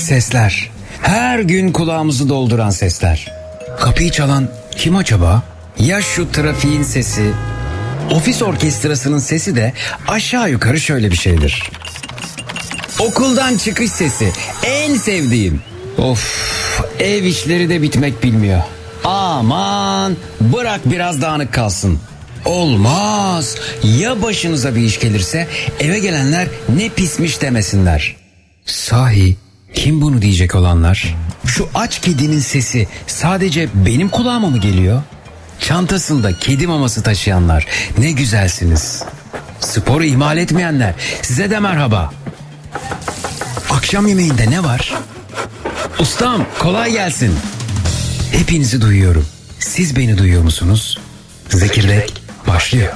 sesler. Her gün kulağımızı dolduran sesler. Kapıyı çalan kim acaba? Ya şu trafiğin sesi? Ofis orkestrasının sesi de aşağı yukarı şöyle bir şeydir. Okuldan çıkış sesi. En sevdiğim. Of, ev işleri de bitmek bilmiyor. Aman, bırak biraz dağınık kalsın. Olmaz. Ya başınıza bir iş gelirse eve gelenler ne pismiş demesinler. Sahi kim bunu diyecek olanlar? Şu aç kedinin sesi sadece benim kulağıma mı geliyor? Çantasında kedi maması taşıyanlar ne güzelsiniz. Sporu ihmal etmeyenler size de merhaba. Akşam yemeğinde ne var? Ustam kolay gelsin. Hepinizi duyuyorum. Siz beni duyuyor musunuz? Zekirdek başlıyor.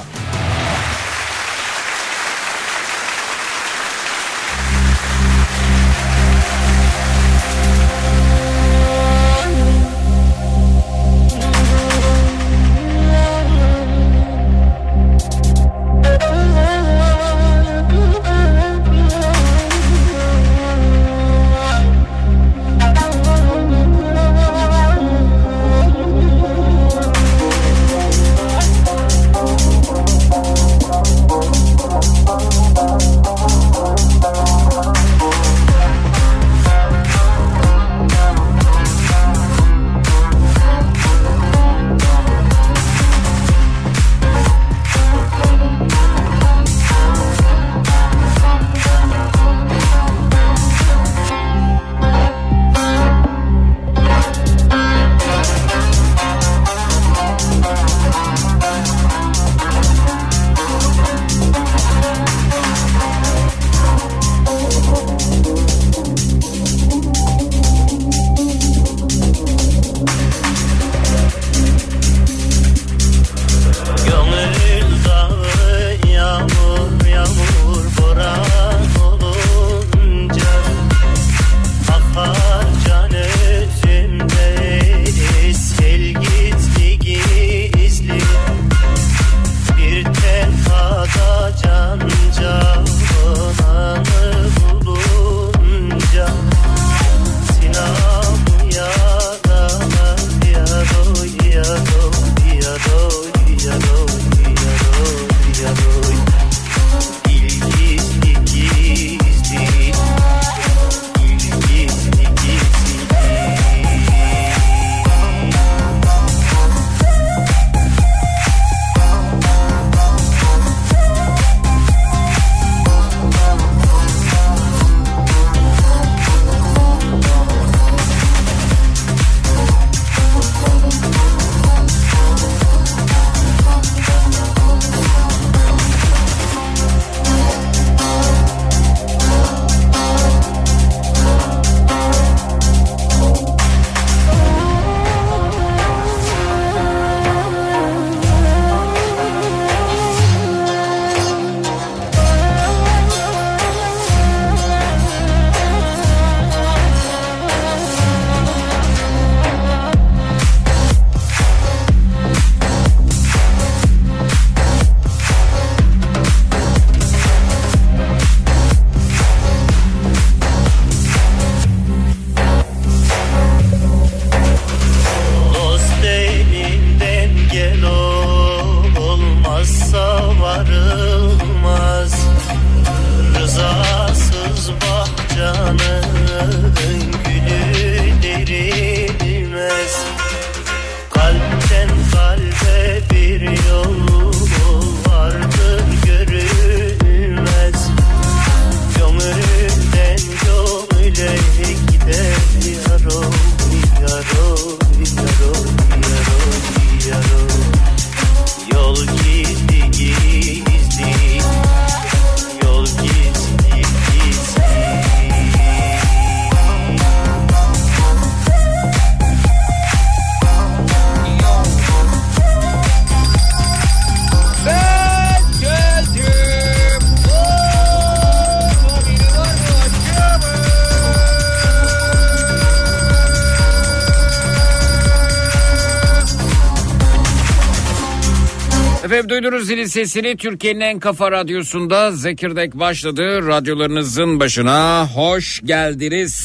Efendim duydunuz zilin sesini, Türkiye'nin en kafa radyosunda Zekirdek başladı. Radyolarınızın başına hoş geldiniz.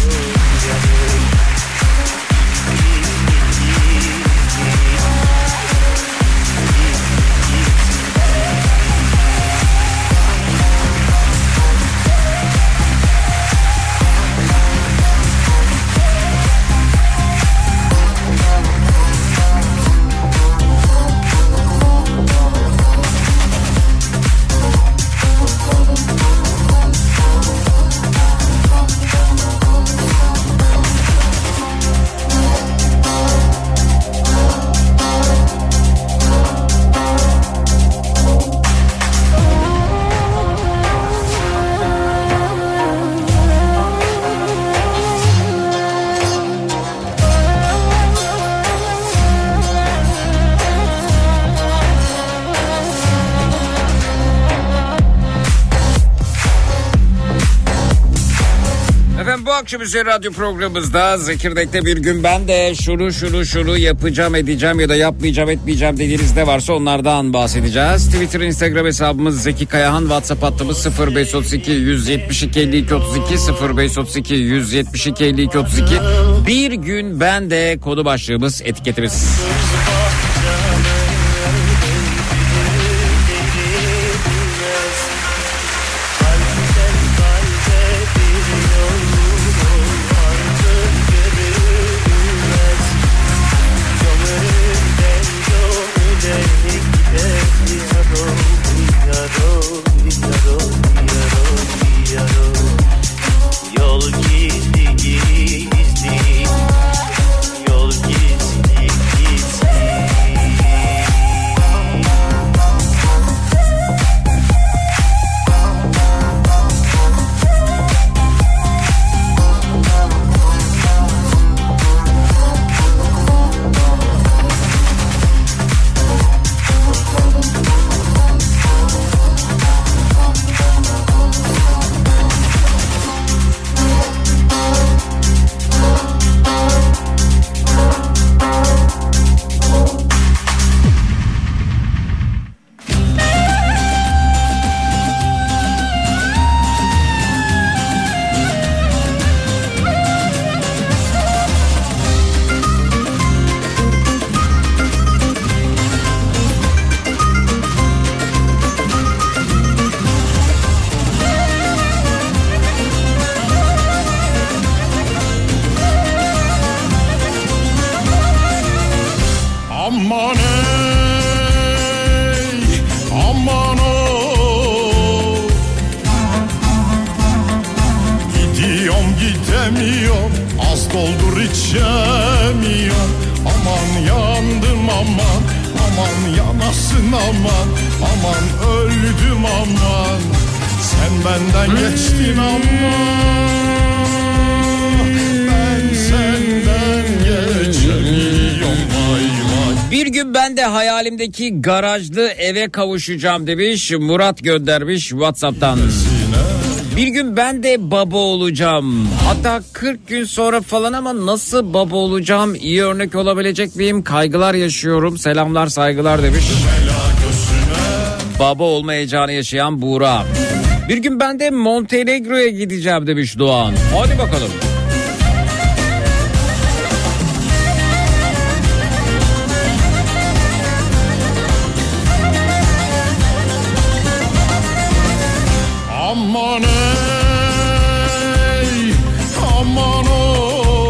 Bu akşam üzeri radyo programımızda Zekirdek'te bir gün ben de şunu yapacağım, edeceğim ya da yapmayacağım, etmeyeceğim dediğiniz ne varsa onlardan bahsedeceğiz. Twitter, Instagram hesabımız Zeki Kayahan, WhatsApp hattımız 0532 172 52 32 0532 172 52 32. Bir gün ben de konu başlığımız, etiketimiz. Hayalimdeki garajlı eve kavuşacağım demiş, Murat göndermiş WhatsApp'tan. Bir gün ben de baba olacağım. Hatta 40 gün sonra falan, ama nasıl baba olacağım? İyi örnek olabilecek miyim? Kaygılar yaşıyorum. Selamlar, saygılar demiş. Baba olma heyecanı yaşayan Buğra. Bir gün ben de Montenegro'ya gideceğim demiş Doğan. Hadi bakalım. Aman ey, aman o.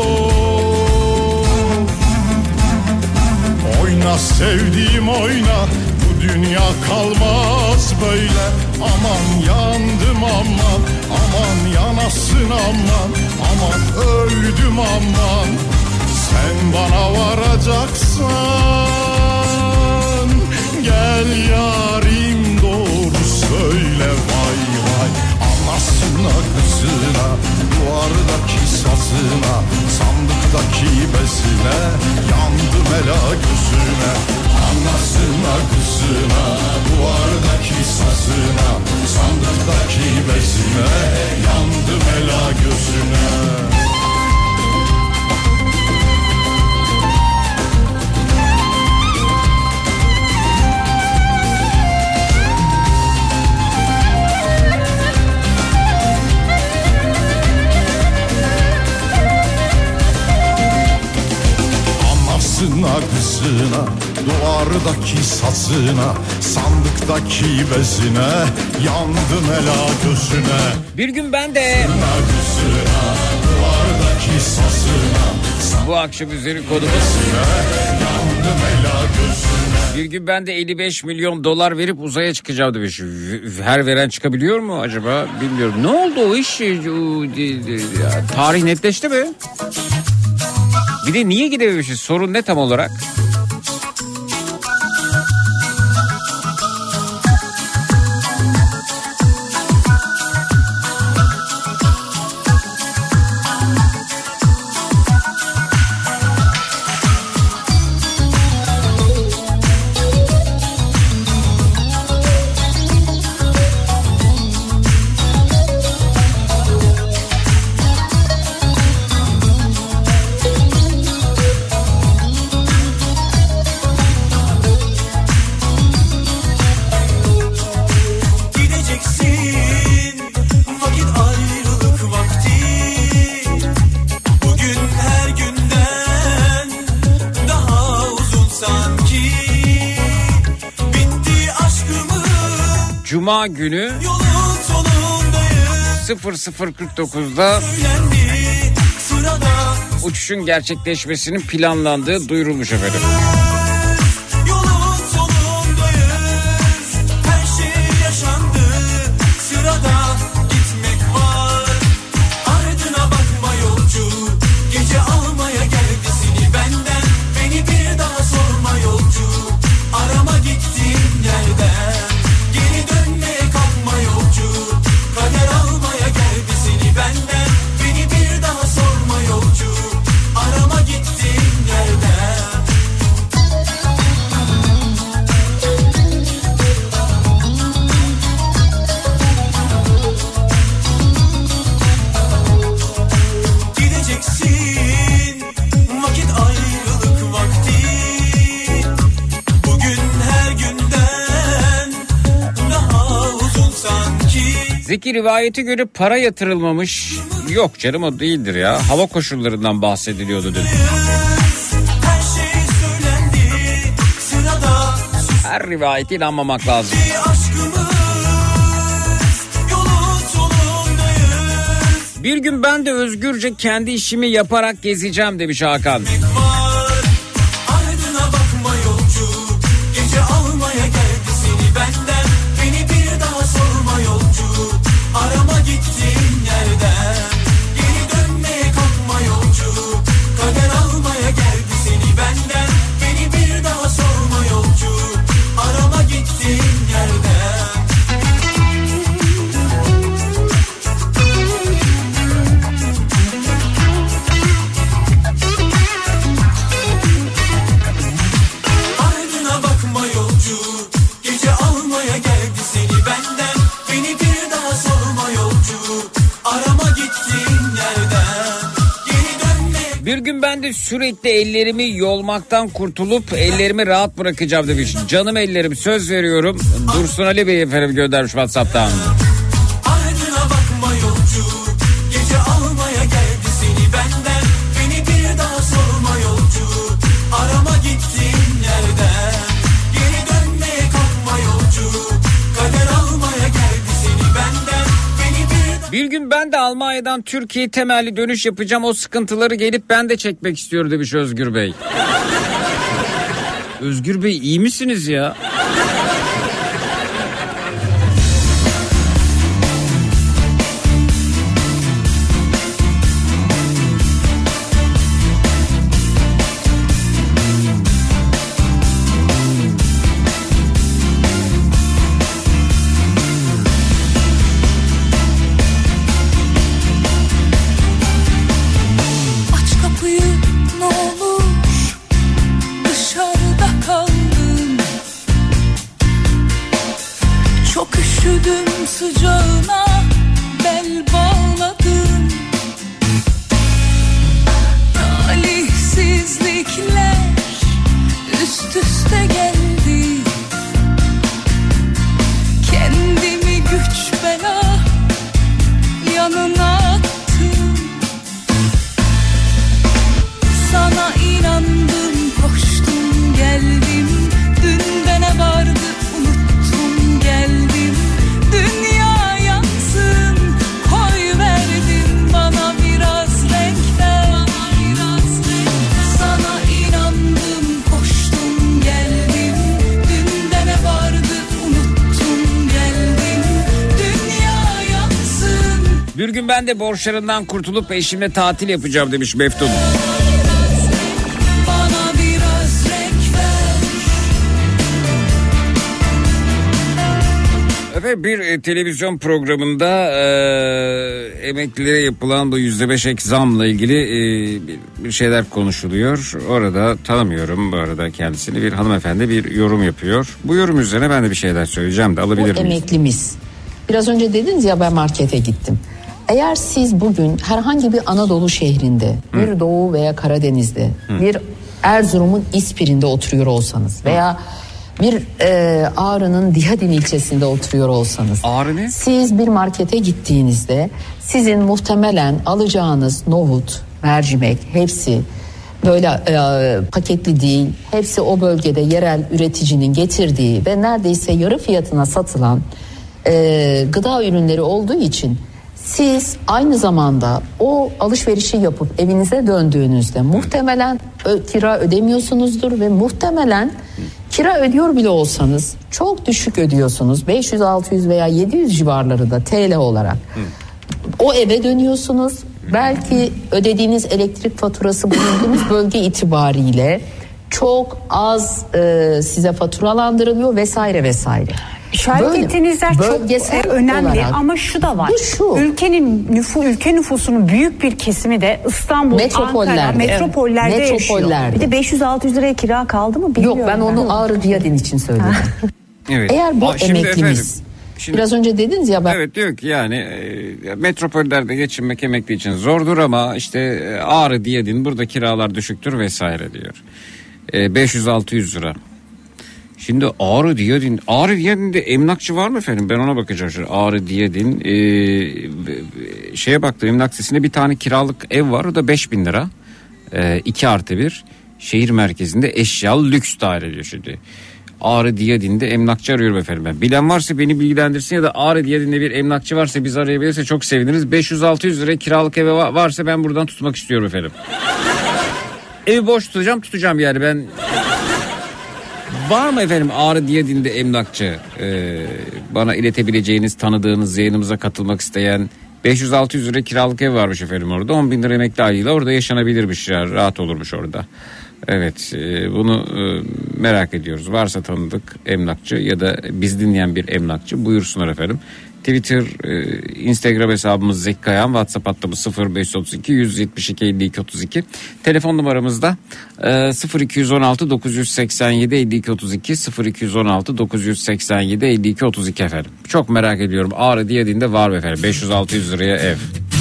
Oyna sevdiğim oyna, bu dünya kalmaz böyle. Aman yandım aman, aman yanasın aman, aman öldüm aman. Sen bana varacaksan gel yarim, doğru söyle vay vay. Anasına kızına, duvardaki sazına, sandıktaki bezine, yandım ela gözüne. Anasına kızına, duvardaki sazına, sandıktaki bezine, yandım ela gözüne. kızına, duvardaki sazına, sandıktaki bezine, yandım ela gözüne. Bir gün ben de Kızına, duvardaki sazına, bu akşam üzeri konumuz yandım ela gözüne. bir gün ben de 55 milyon dolar verip uzaya çıkacağım demiş. Her veren çıkabiliyor mu acaba bilmiyorum. Ne oldu o iş? Tarih netleşti mi? Bir de niye gidememişiz? Sorun ne tam olarak? Cuma günü 00.49'da uçuşun gerçekleşmesinin planlandığı duyurulmuş efendim. Zeki rivayete göre para yatırılmamış. Yok canım o değildir ya. Hava koşullarından bahsediliyordu dün. Her rivayete inanmamak lazım. Bir gün ben de özgürce kendi işimi yaparak gezeceğim demiş Hakan. Bir gün ben de sürekli ellerimi yolmaktan kurtulup ellerimi rahat bırakacağım demiş. Canım ellerim söz veriyorum. Dursun Ali Bey efendim göndermiş WhatsApp'tan. Bir gün ben de Almanya'dan Türkiye temelli dönüş yapacağım. O sıkıntıları gelip ben de çekmek istiyorum demiş Özgür Bey. Özgür Bey iyi misiniz ya? ben de borçlarından kurtulup eşimle tatil yapacağım demiş Meftun. Efendim bir televizyon programında emeklilere yapılan bu %5 ek zamla ilgili bir şeyler konuşuluyor. Orada tanımıyorum bu arada kendisini, bir hanımefendi bir yorum yapıyor. Bu yorum üzerine ben de bir şeyler söyleyeceğim de alabilir miyim? Emeklimiz. Biraz önce dediniz ya, ben markete gittim. Eğer siz bugün herhangi bir Anadolu şehrinde, bir Doğu veya Karadeniz'de, bir Erzurum'un İspir'inde oturuyor olsanız veya bir Ağrı'nın Diyadin ilçesinde oturuyor olsanız, Ağrı ne? Siz bir markete gittiğinizde sizin muhtemelen alacağınız nohut, mercimek hepsi böyle paketli değil. Hepsi o bölgede yerel üreticinin getirdiği ve neredeyse yarı fiyatına satılan gıda ürünleri olduğu için siz aynı zamanda o alışverişi yapıp evinize döndüğünüzde muhtemelen kira ödemiyorsunuzdur ve muhtemelen kira ödüyor bile olsanız çok düşük ödüyorsunuz. 500, 600 veya 700 civarları da TL olarak. O eve dönüyorsunuz. Belki ödediğiniz elektrik faturası bulunduğunuz bölge itibariyle çok az size faturalandırılıyor vesaire vesaire. İşaret ettiğiniz yer çok önemli olarak, ama şu da var. Ülke nüfusunun büyük bir kesimi de İstanbul, Ankara, metropollerde yaşıyor. Bir de 500-600 liraya kira kaldı mı bilmiyorum. Yok, ben onu Ağrı Diyadin için söyledim. Evet. Eğer bu emeklimiz, biraz önce dediniz ya ben... Evet, diyor ki yani metropollerde geçinmek emekli için zordur ama işte Ağrı Diyadin burada kiralar düşüktür vesaire diyor. 500-600 lira. Şimdi Ağrı Diyadin'de emlakçı var mı efendim? Ben ona bakacağım. Ağrı Diyadin şeye baktım, emlak sitesinde bir tane kiralık ev var. O da 5.000 lira. 2+1. Şehir merkezinde eşyalı lüks daire diyor şimdi. Ağrı Diyadin'de emlakçı arıyorum efendim ben. Bilen varsa beni bilgilendirsin ya da Ağrı Diyadin'de bir emlakçı varsa bizi arayabilirse çok seviniriz. 500-600 lira kiralık eve varsa ben buradan tutmak istiyorum efendim. Evi boş tutacağım yani ben... Var mı efendim Ağrı Diyadin'de emlakçı? Bana iletebileceğiniz, tanıdığınız, yayınımıza katılmak isteyen 500-600 lira kiralık ev varmış efendim orada. 10.000 lira emekli ayıyla orada yaşanabilirmiş ya, rahat olurmuş orada. Evet, bunu merak ediyoruz. Varsa tanıdık emlakçı ya da biz dinleyen bir emlakçı buyursunlar efendim. Twitter, Instagram hesabımız Zeki Kayahan, WhatsApp hattımız 0532 172 52 32. Telefon numaramızda 0216 987 52 32 0216 987 52 32 efendim. Çok merak ediyorum. Ağrı Diyadin'de var mı efendim? 500-600 liraya ev.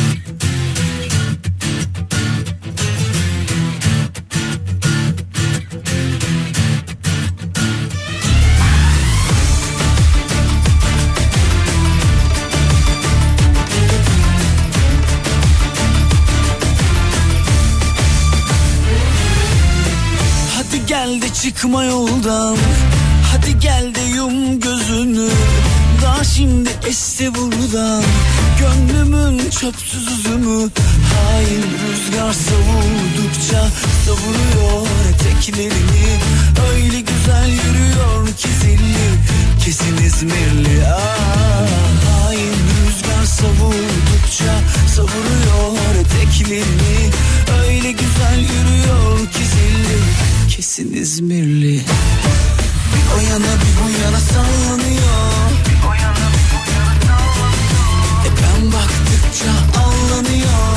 Gel de çıkma yoldan, hadi gel de yum gözünü. Daha şimdi esti buradan gönlümün çöpsüz üzümü. Hain rüzgar savurdukça savuruyor eteklerini. Öyle güzel yürüyor ki zilli, kesin İzmirli. Hain rüzgar savurdukça savuruyor eteklerini. Öyle güzel yürüyor ki zilli, kesin İzmirli. Bir o yana bir bu yana sallanıyor. Bir o yana bir bu yana sallanıyor. Ben baktıkça ağlanıyor.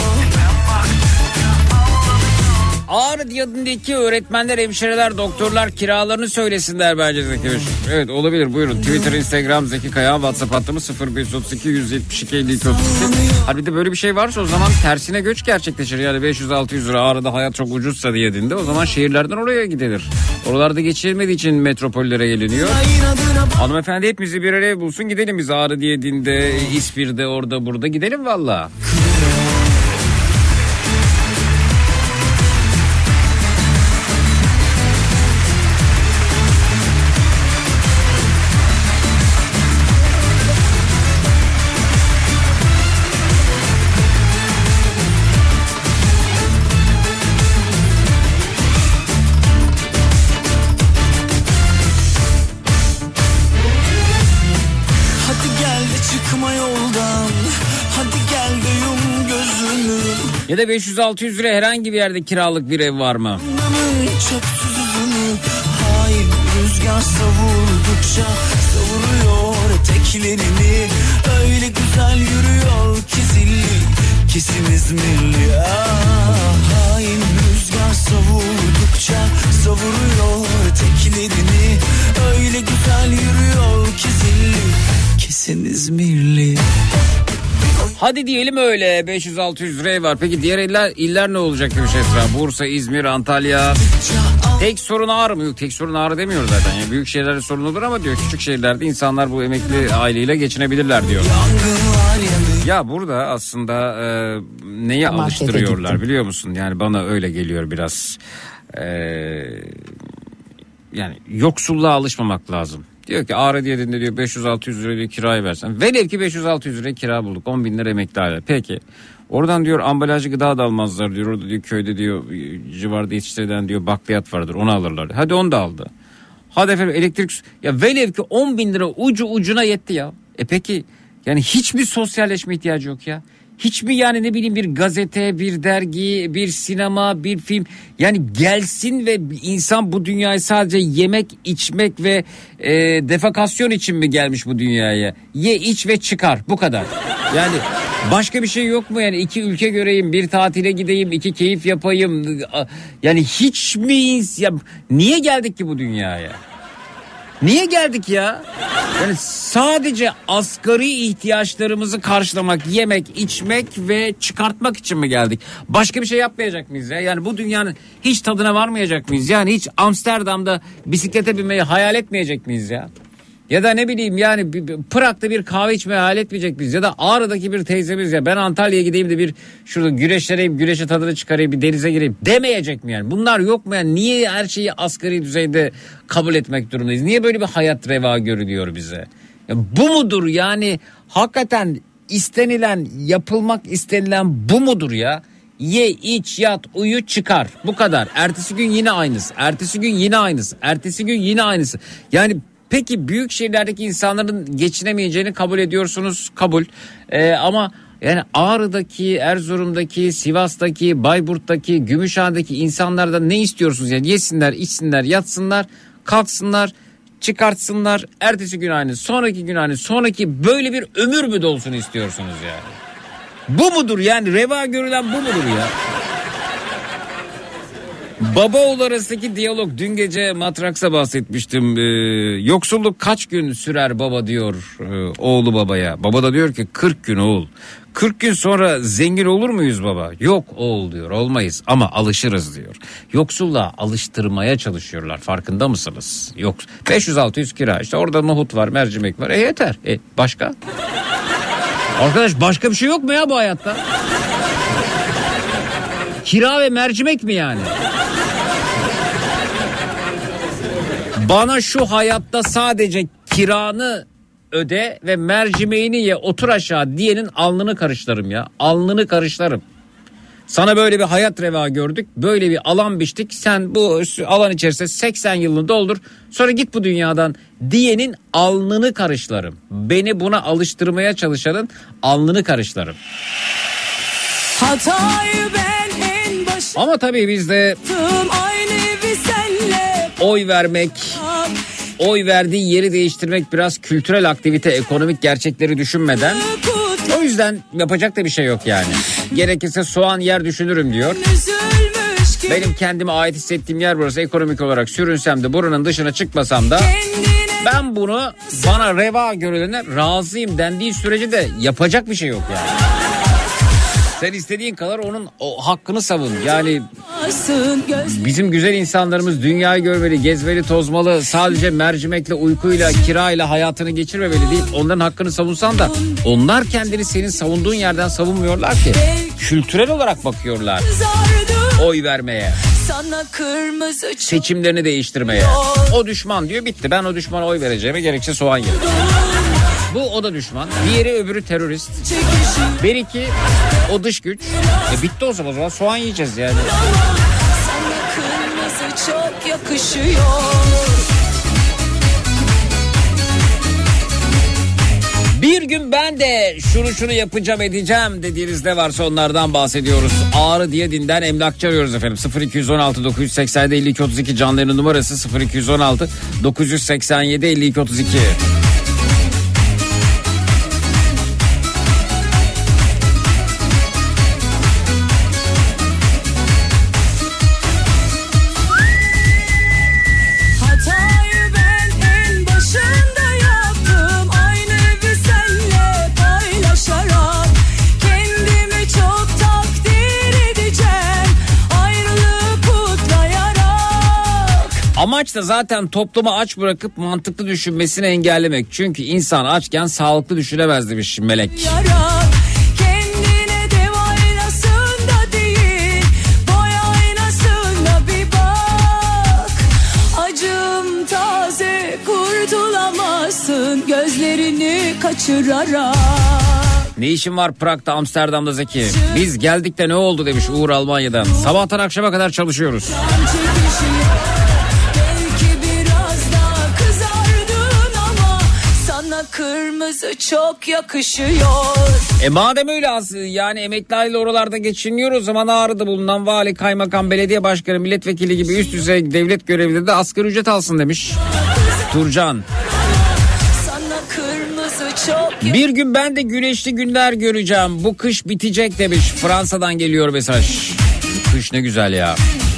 Ağrı Diyadin'deki öğretmenler, hemşireler, doktorlar kiralarını söylesinler bence Zeki Bey. Evet, olabilir, buyurun. Twitter, Instagram Zeki Kayahan, WhatsApp hattımız 0532 172 52 32. Hadi de böyle bir şey varsa o zaman tersine göç gerçekleşir. Yani 500-600 lira Ağrı'da hayat çok ucuzsa Diyadin'de, o zaman şehirlerden oraya gidilir. Oralarda geçilmediği için metropollere geliniyor. Hanımefendi hepimizi bir araya bulsun, gidelim biz Ağrı Diyadin'de, İspir'de, orada burada gidelim valla. Çıkma yoldan, hadi gel de yum Ya da 500-600 lira herhangi bir yerde kiralık bir ev var mı? Hain rüzgar savurdukça savuruyor eteklerini. Öyle güzel yürüyor ki zilli, kesin İzmirli. Hain rüzgar savurdukça savuruyor eteklerini. Öyle güzel yürüyor ki zilli, kesin İzmirli. Hadi diyelim öyle 500-600 liraya var. Peki diğer iller ne olacak demiş Esra? Bursa, İzmir, Antalya. Tek sorun Ağrı mı? Yok, tek sorun Ağrı demiyor zaten. Yani büyük şehirlerde sorun olur ama diyor küçük şehirlerde insanlar bu emekli aileyle geçinebilirler diyor. Ya burada aslında neyi alıştırıyorlar biliyor musun? Yani bana öyle geliyor biraz. Yani yoksulluğa alışmamak lazım. Diyor ki Ağrı dediğinde diyor 500-600 lira diyor kirayı versen. Velev ki 500-600 lira kira bulduk. 10 bin lira emekli aile. Peki oradan diyor ambalajlı gıda da almazlar diyor. Orada diyor köyde diyor civarda yetiştirilen diyor bakliyat vardır. Onu alırlar. Hadi onu da aldı. Hadi efendim elektrik. Ya velev ki 10 bin lira ucu ucuna yetti ya. Peki yani hiçbir sosyalleşme ihtiyacı yok ya. Hiç mi yani ne bileyim bir gazete, bir dergi, bir sinema, bir film yani gelsin ve insan bu dünyaya sadece yemek, içmek ve defekasyon için mi gelmiş bu dünyaya? Ye, iç ve çıkar bu kadar. Yani başka bir şey yok mu yani 2 ülke göreyim, bir tatile gideyim, 2 keyif yapayım. Yani hiç mi ya niye geldik ki bu dünyaya? Niye geldik ya? Yani sadece asgari ihtiyaçlarımızı karşılamak, yemek, içmek ve çıkartmak için mi geldik? Başka bir şey yapmayacak mıyız ya? Yani bu dünyanın hiç tadına varmayacak mıyız? Yani hiç Amsterdam'da bisiklete binmeyi hayal etmeyecek miyiz ya? Ya da ne bileyim yani Prag'da bir kahve içmeyi hayal etmeyecek miyiz? Ya da Ağrı'daki bir teyzemiz ya ben Antalya'ya gideyim de bir şurada güreşlereyim, güreşe tadını çıkarayım, bir denize gireyim demeyecek mi yani? Bunlar yok mu yani? Niye her şeyi asgari düzeyde kabul etmek durumundayız? Niye böyle bir hayat reva görülüyor bize? Ya bu mudur yani hakikaten istenilen, yapılmak istenilen bu mudur ya? Ye, iç, yat, uyu, çıkar. Bu kadar. Ertesi gün yine aynısı. Ertesi gün yine aynısı. Ertesi gün yine aynısı. Yani peki büyük şehirlerdeki insanların geçinemeyeceğini kabul ediyorsunuz. Kabul. Ama yani Ağrı'daki, Erzurum'daki, Sivas'taki, Bayburt'taki, Gümüşhane'deki insanlardan ne istiyorsunuz? Yani yesinler, içsinler, yatsınlar, kalksınlar, çıkartsınlar. Ertesi gün aynı, sonraki gün aynı, sonraki böyle bir ömür mü dolsun istiyorsunuz yani? Bu mudur yani? Reva görülen bu mudur ya? Baba oğul arasındaki diyalog. Dün gece Matraks'a bahsetmiştim. Yoksulluk kaç gün sürer baba diyor oğlu babaya. Baba da diyor ki 40 gün oğul. 40 gün sonra zengin olur muyuz baba? Yok oğul diyor, olmayız ama alışırız diyor. Yoksulluğa alıştırmaya çalışıyorlar, farkında mısınız? Yok 500-600 kira, işte orada nohut var, mercimek var, yeter. Başka? Arkadaş başka bir şey yok mu ya bu hayatta? Kira ve mercimek mi yani? Bana şu hayatta sadece kiranı öde ve mercimeğini ye, otur aşağı diyenin alnını karışlarım ya. Alnını karışlarım. Sana böyle bir hayat reva gördük, böyle bir alan biçtik, sen bu alan içerisinde 80 yılını doldur, sonra git bu dünyadan diyenin alnını karışlarım. Beni buna alıştırmaya çalışanın alnını karışlarım. Hatayı ben en başım. Ama tabii bizde oy vermek, oy verdiği yeri değiştirmek biraz kültürel aktivite, ekonomik gerçekleri düşünmeden. O yüzden yapacak da bir şey yok yani. Gerekirse soğan yer düşünürüm diyor. Benim kendime ait hissettiğim yer burası, ekonomik olarak sürünsem de buranın dışına çıkmasam da ben bunu bana reva görülene razıyım dendiği sürece de yapacak bir şey yok yani. Sen istediğin kadar onun o hakkını savun. Yani bizim güzel insanlarımız dünyayı görmeli, gezmeli, tozmalı, sadece mercimekle, uykuyla, kirayla hayatını geçirmemeli değil. Onların hakkını savunsan da onlar kendini senin savunduğun yerden savunmuyorlar ki. Kültürel olarak bakıyorlar oy vermeye, seçimlerini değiştirmeye. O düşman diyor, bitti, ben o düşmana oy vereceğime gerekirse soğan yerim. Bu o da düşman. Diğeri öbürü terörist. Bir iki o dış güç. Bitti o zaman soğan yiyeceğiz yani. Sana kırmızı çok yakışıyor. Bir gün ben de şunu yapacağım edeceğim dediğiniz ne varsa onlardan bahsediyoruz. Ağrı diye dinden emlakçı arıyoruz efendim. 0216 987 52 32 canlı yayın numarası 0216 987 52 32. Amaç da zaten toplumu aç bırakıp mantıklı düşünmesini engellemek. Çünkü insan açken sağlıklı düşünemez demiş Melek. Kendine dev aynasında değil, boy aynasında bir bak. Acım taze, kurtulamazsın gözlerini kaçırarak. Ne işin var Prag'da, Amsterdam'da Zeki? Biz geldik de ne oldu demiş Uğur Almanya'dan. Sabahtan akşama kadar çalışıyoruz. Kırmızı çok yakışıyor. Madem öyle yani emekli aile oralarda geçiniyor, o zaman Ağrı'da bulunan vali, kaymakam, belediye başkanı, milletvekili gibi üst düzey devlet görevlileri de asgari ücret alsın demiş Turcan. Bir gün ben de güneşli günler göreceğim. Bu kış bitecek demiş. Fransa'dan geliyor mesaj. Kış ne güzel ya.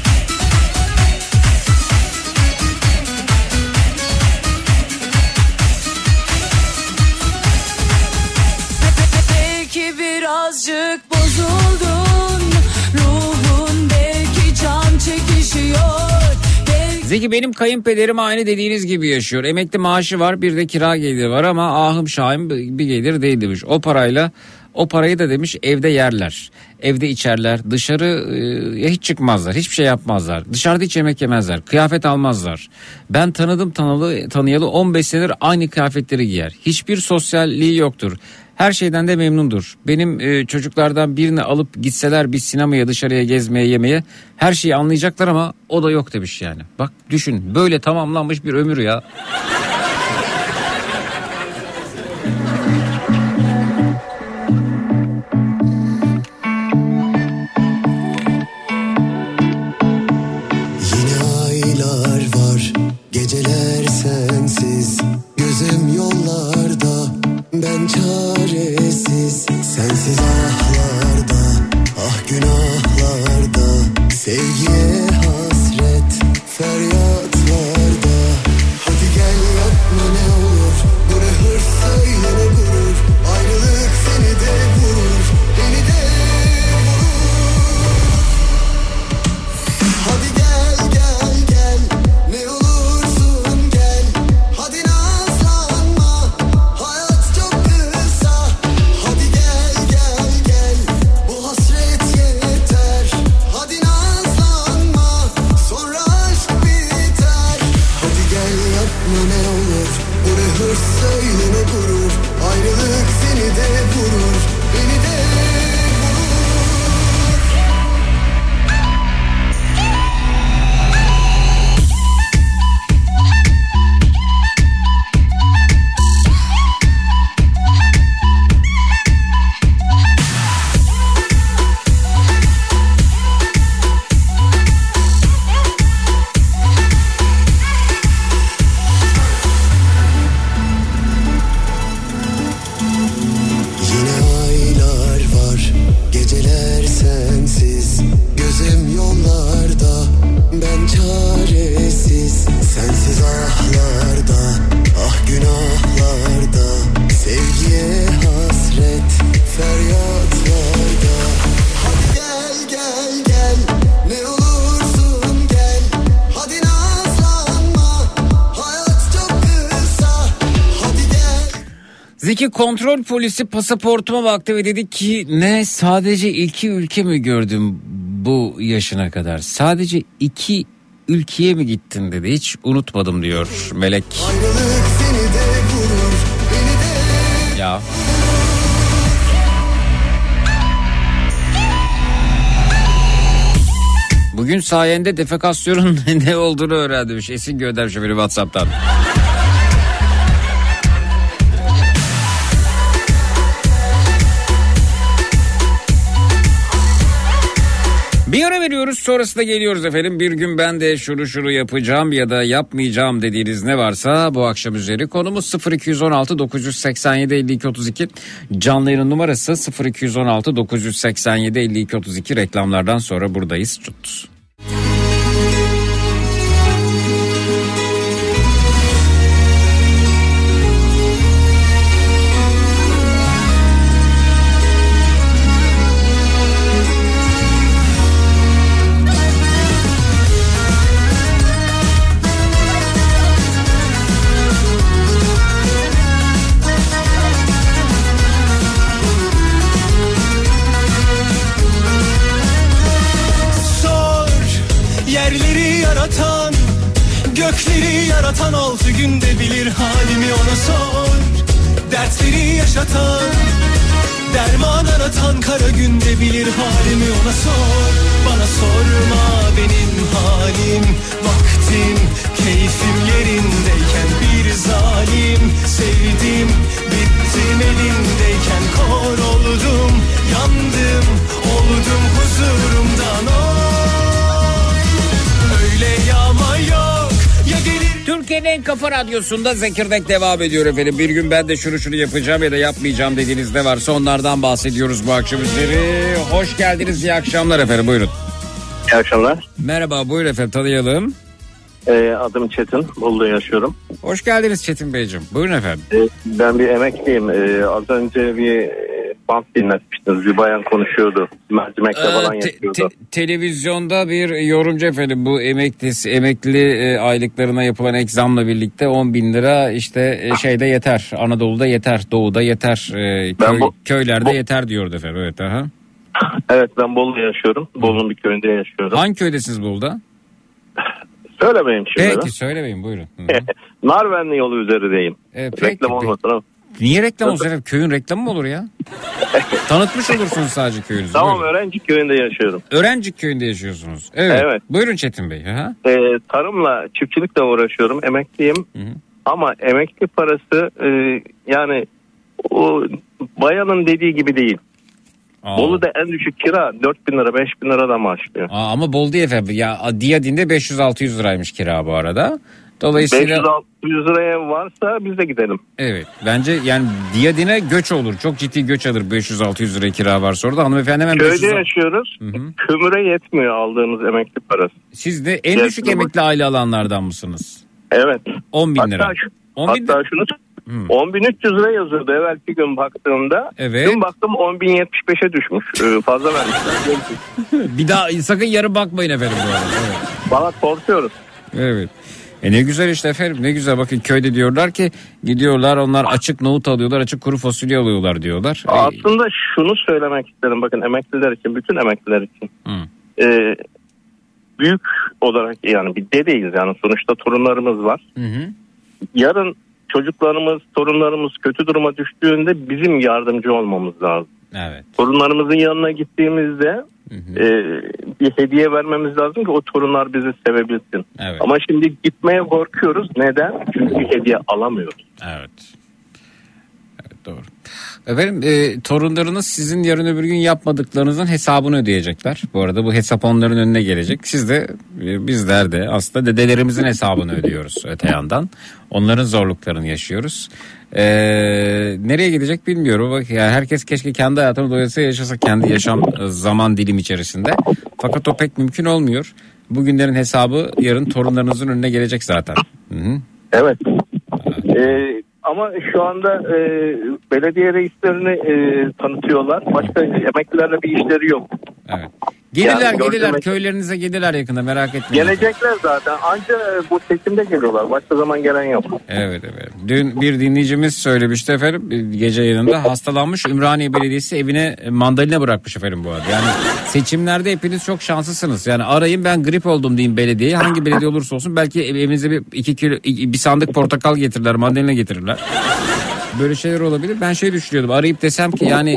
Birazcık bozuldun, ruhun belki can çekişiyor. Zeki, benim kayınpederim aynı dediğiniz gibi yaşıyor. Emekli maaşı var, bir de kira geliri var ama ahım şahım bir gelir değil demiş. O parayı da demiş evde yerler, evde içerler, dışarı hiç çıkmazlar, hiçbir şey yapmazlar, dışarıda hiç yemek yemezler, kıyafet almazlar. Ben tanıyalı 15 senedir aynı kıyafetleri giyer, hiçbir sosyalliği yoktur. Her şeyden de memnundur. Benim çocuklardan birini alıp gitseler bir sinemaya, dışarıya gezmeye, yemeye, her şeyi anlayacaklar ama o da yok demiş yani. Bak düşün, böyle tamamlanmış bir ömür ya. Yine aylar var, geceler sensiz, gözüm yollarda, ben çaresiz, sensiz ahlarda, ah günahlarda, sevgiye hasret, feryatlarda. Hadi gel yapma ne olur, bu ne hırs söyle ne gurur, ayrılık seni de vurur, beni de vurur. Hadi gel gel gel, ne olursun gel, hadi nazlanma, hayat çok kısa. Hadi gel gel gel, bu hasret yeter, hadi nazlanma, sonra aşk biter. Hadi gel yapma ne olur, bu ne hırs söyle ne gurur, ayrılık seni de vurur, beni de vurur. Yine aylar var, geceler sensiz, gözüm yollarda, ben çaresiz, sensiz ahlarda, ah günahlarda, sevgiye hasret, feryatlarda. Hadi gel gel gel, ne olursun gel, hadi nazlanma, hayat çok kısa. Hadi gel. Zeki, kontrol polisi pasaportuma baktı ve dedi ki ne, sadece 2 ülke mi gördüm bu yaşına kadar? Sadece 2 ülkeye mi gittin dedi. Hiç unutmadım diyor Melek. Ayrılık seni de vurur, beni de Ya. Bugün sayende defekasyonun ne olduğunu öğrendim. Esin göndermiş beni WhatsApp'tan. Bir ara veriyoruz, sonrasında geliyoruz efendim. Bir gün ben de şunu yapacağım ya da yapmayacağım dediğiniz ne varsa bu akşam üzeri. Konumuz 0216 987 52 32. Canlı yayın numarası 0216 987 52 32. Reklamlardan sonra buradayız. Çut. Gökleri yaratan 6 günde bilir halimi, ona sor. Dertleri yaşatan, derman aratan kara günde bilir halimi, ona sor. Bana sorma benim halim, vaktim keyfim yerindeyken bir zalim sevdim, bittim elindeyken kor oldum, yandım, oldum huzurumdan öyle yağma yok. Türkiye'nin en kafa radyosunda Zekirdek devam ediyor efendim. Bir gün ben de şunu yapacağım ya da yapmayacağım dediğiniz ne varsa onlardan bahsediyoruz bu akşam üzeri. Hoş geldiniz, iyi akşamlar efendim, buyurun. İyi akşamlar. Merhaba, buyurun efendim, tanıyalım. Adım Çetin, Bolu'da yaşıyorum. Hoş geldiniz Çetin Beyciğim, buyurun efendim. Ben bir emekliyim. Az önce bir band dinletmiştiniz. Bir bayan konuşuyordu. Mercimekle falan yapıyordu. Televizyonda bir yorumcu efendim, bu emekli aylıklarına yapılan ek zamla birlikte 10 bin lira işte şeyde yeter. Anadolu'da yeter, Doğu'da yeter, köylerde yeter diyordu efendim. Evet, aha. Evet, ben Bolu'da yaşıyorum. Bolu'nun bir köyünde yaşıyorum. Hangi köydesiniz Bolu'da? Söylemeyeyim şimdi. Peki söylemeyin, buyurun. Narvenli yolu üzerindeyim. Reklam olmasın ama. Niye reklam olsun efendim? Köyün reklamı mı olur ya? Tanıtmış olursunuz sadece köyünüzü. Tamam, Öğrenci köyünde yaşıyorum. Öğrenci köyünde yaşıyorsunuz. Evet. Buyurun Çetin Bey. Tarımla, çiftçilikle uğraşıyorum. Emekliyim. Hı-hı. Ama emekli parası yani o bayanın dediği gibi değil. Bolu'da en düşük kira 4 bin lira 5 bin liradan başlıyor. Ama Bolu değil efendim. Ya Diyadin'de 500-600 liraymış kira bu arada. Dolayısıyla 500-600 liraya varsa biz de gidelim. Evet, bence yani Diyadin'e göç olur. Çok ciddi göç alır 500-600 liraya kira varsa orada. Hanımefendi hemen köyde yaşıyoruz. Hı-hı. Kömüre yetmiyor aldığımız emekli parası. Siz de en düşük emekli aile alanlardan mısınız? Evet. 10 bin lira. Hatta şunu 10.300 lira yazıyordu evvelki gün baktığımda. Evet. Dün baktım 10.075'e düşmüş. Fazla vermişler. Bir daha sakın yarı bakmayın efendim bu arada. Evet. Bana korkuyoruz. Evet. Ne güzel işte efendim, ne güzel. Bakın köyde diyorlar ki gidiyorlar onlar açık nohut alıyorlar, açık kuru fasulye alıyorlar diyorlar. Aslında şunu söylemek isterim, bakın emekliler için, bütün emekliler için. Büyük olarak yani bir dedeyiz yani, sonuçta torunlarımız var. Hı. Yarın çocuklarımız, torunlarımız kötü duruma düştüğünde bizim yardımcı olmamız lazım. Evet. Torunlarımızın yanına gittiğimizde bir hediye vermemiz lazım ki o torunlar bizi sevebilsin. Evet. Ama şimdi gitmeye korkuyoruz. Neden? Çünkü hediye alamıyoruz. Evet. Evet, doğru. Efendim torunlarınız sizin yarın öbür gün yapmadıklarınızın hesabını ödeyecekler. Bu arada bu hesap onların önüne gelecek. Siz de bizler de aslında dedelerimizin hesabını ödüyoruz öte yandan. Onların zorluklarını yaşıyoruz. Nereye gidecek bilmiyorum. Bak, yani herkes keşke kendi hayatını doyasıya yaşasa kendi yaşam zaman dilim içerisinde. Fakat o pek mümkün olmuyor. Bugünlerin hesabı yarın torunlarınızın önüne gelecek zaten. Hı-hı. Evet. Ama şu anda belediye reislerini tanıtıyorlar. Başka emeklilerle bir işleri yok. Evet. Gelirler köylerinize gelirler yakında, merak etmeyin. Gelecekler zaten, ancak bu seçimde geliyorlar. Başka zaman gelen yok. Evet. Dün bir dinleyicimiz söylemişti efendim, gece yayınında hastalanmış, Ümraniye Belediyesi evine mandalina bırakmış efendim bu arada. Yani seçimlerde hepiniz çok şanslısınız. Yani arayın, ben grip oldum diyeyim belediyeye, hangi belediye olursa olsun, belki evinize bir sandık portakal getirirler, mandalina getirirler. Böyle şeyler olabilir. Ben düşünüyordum, arayıp desem ki yani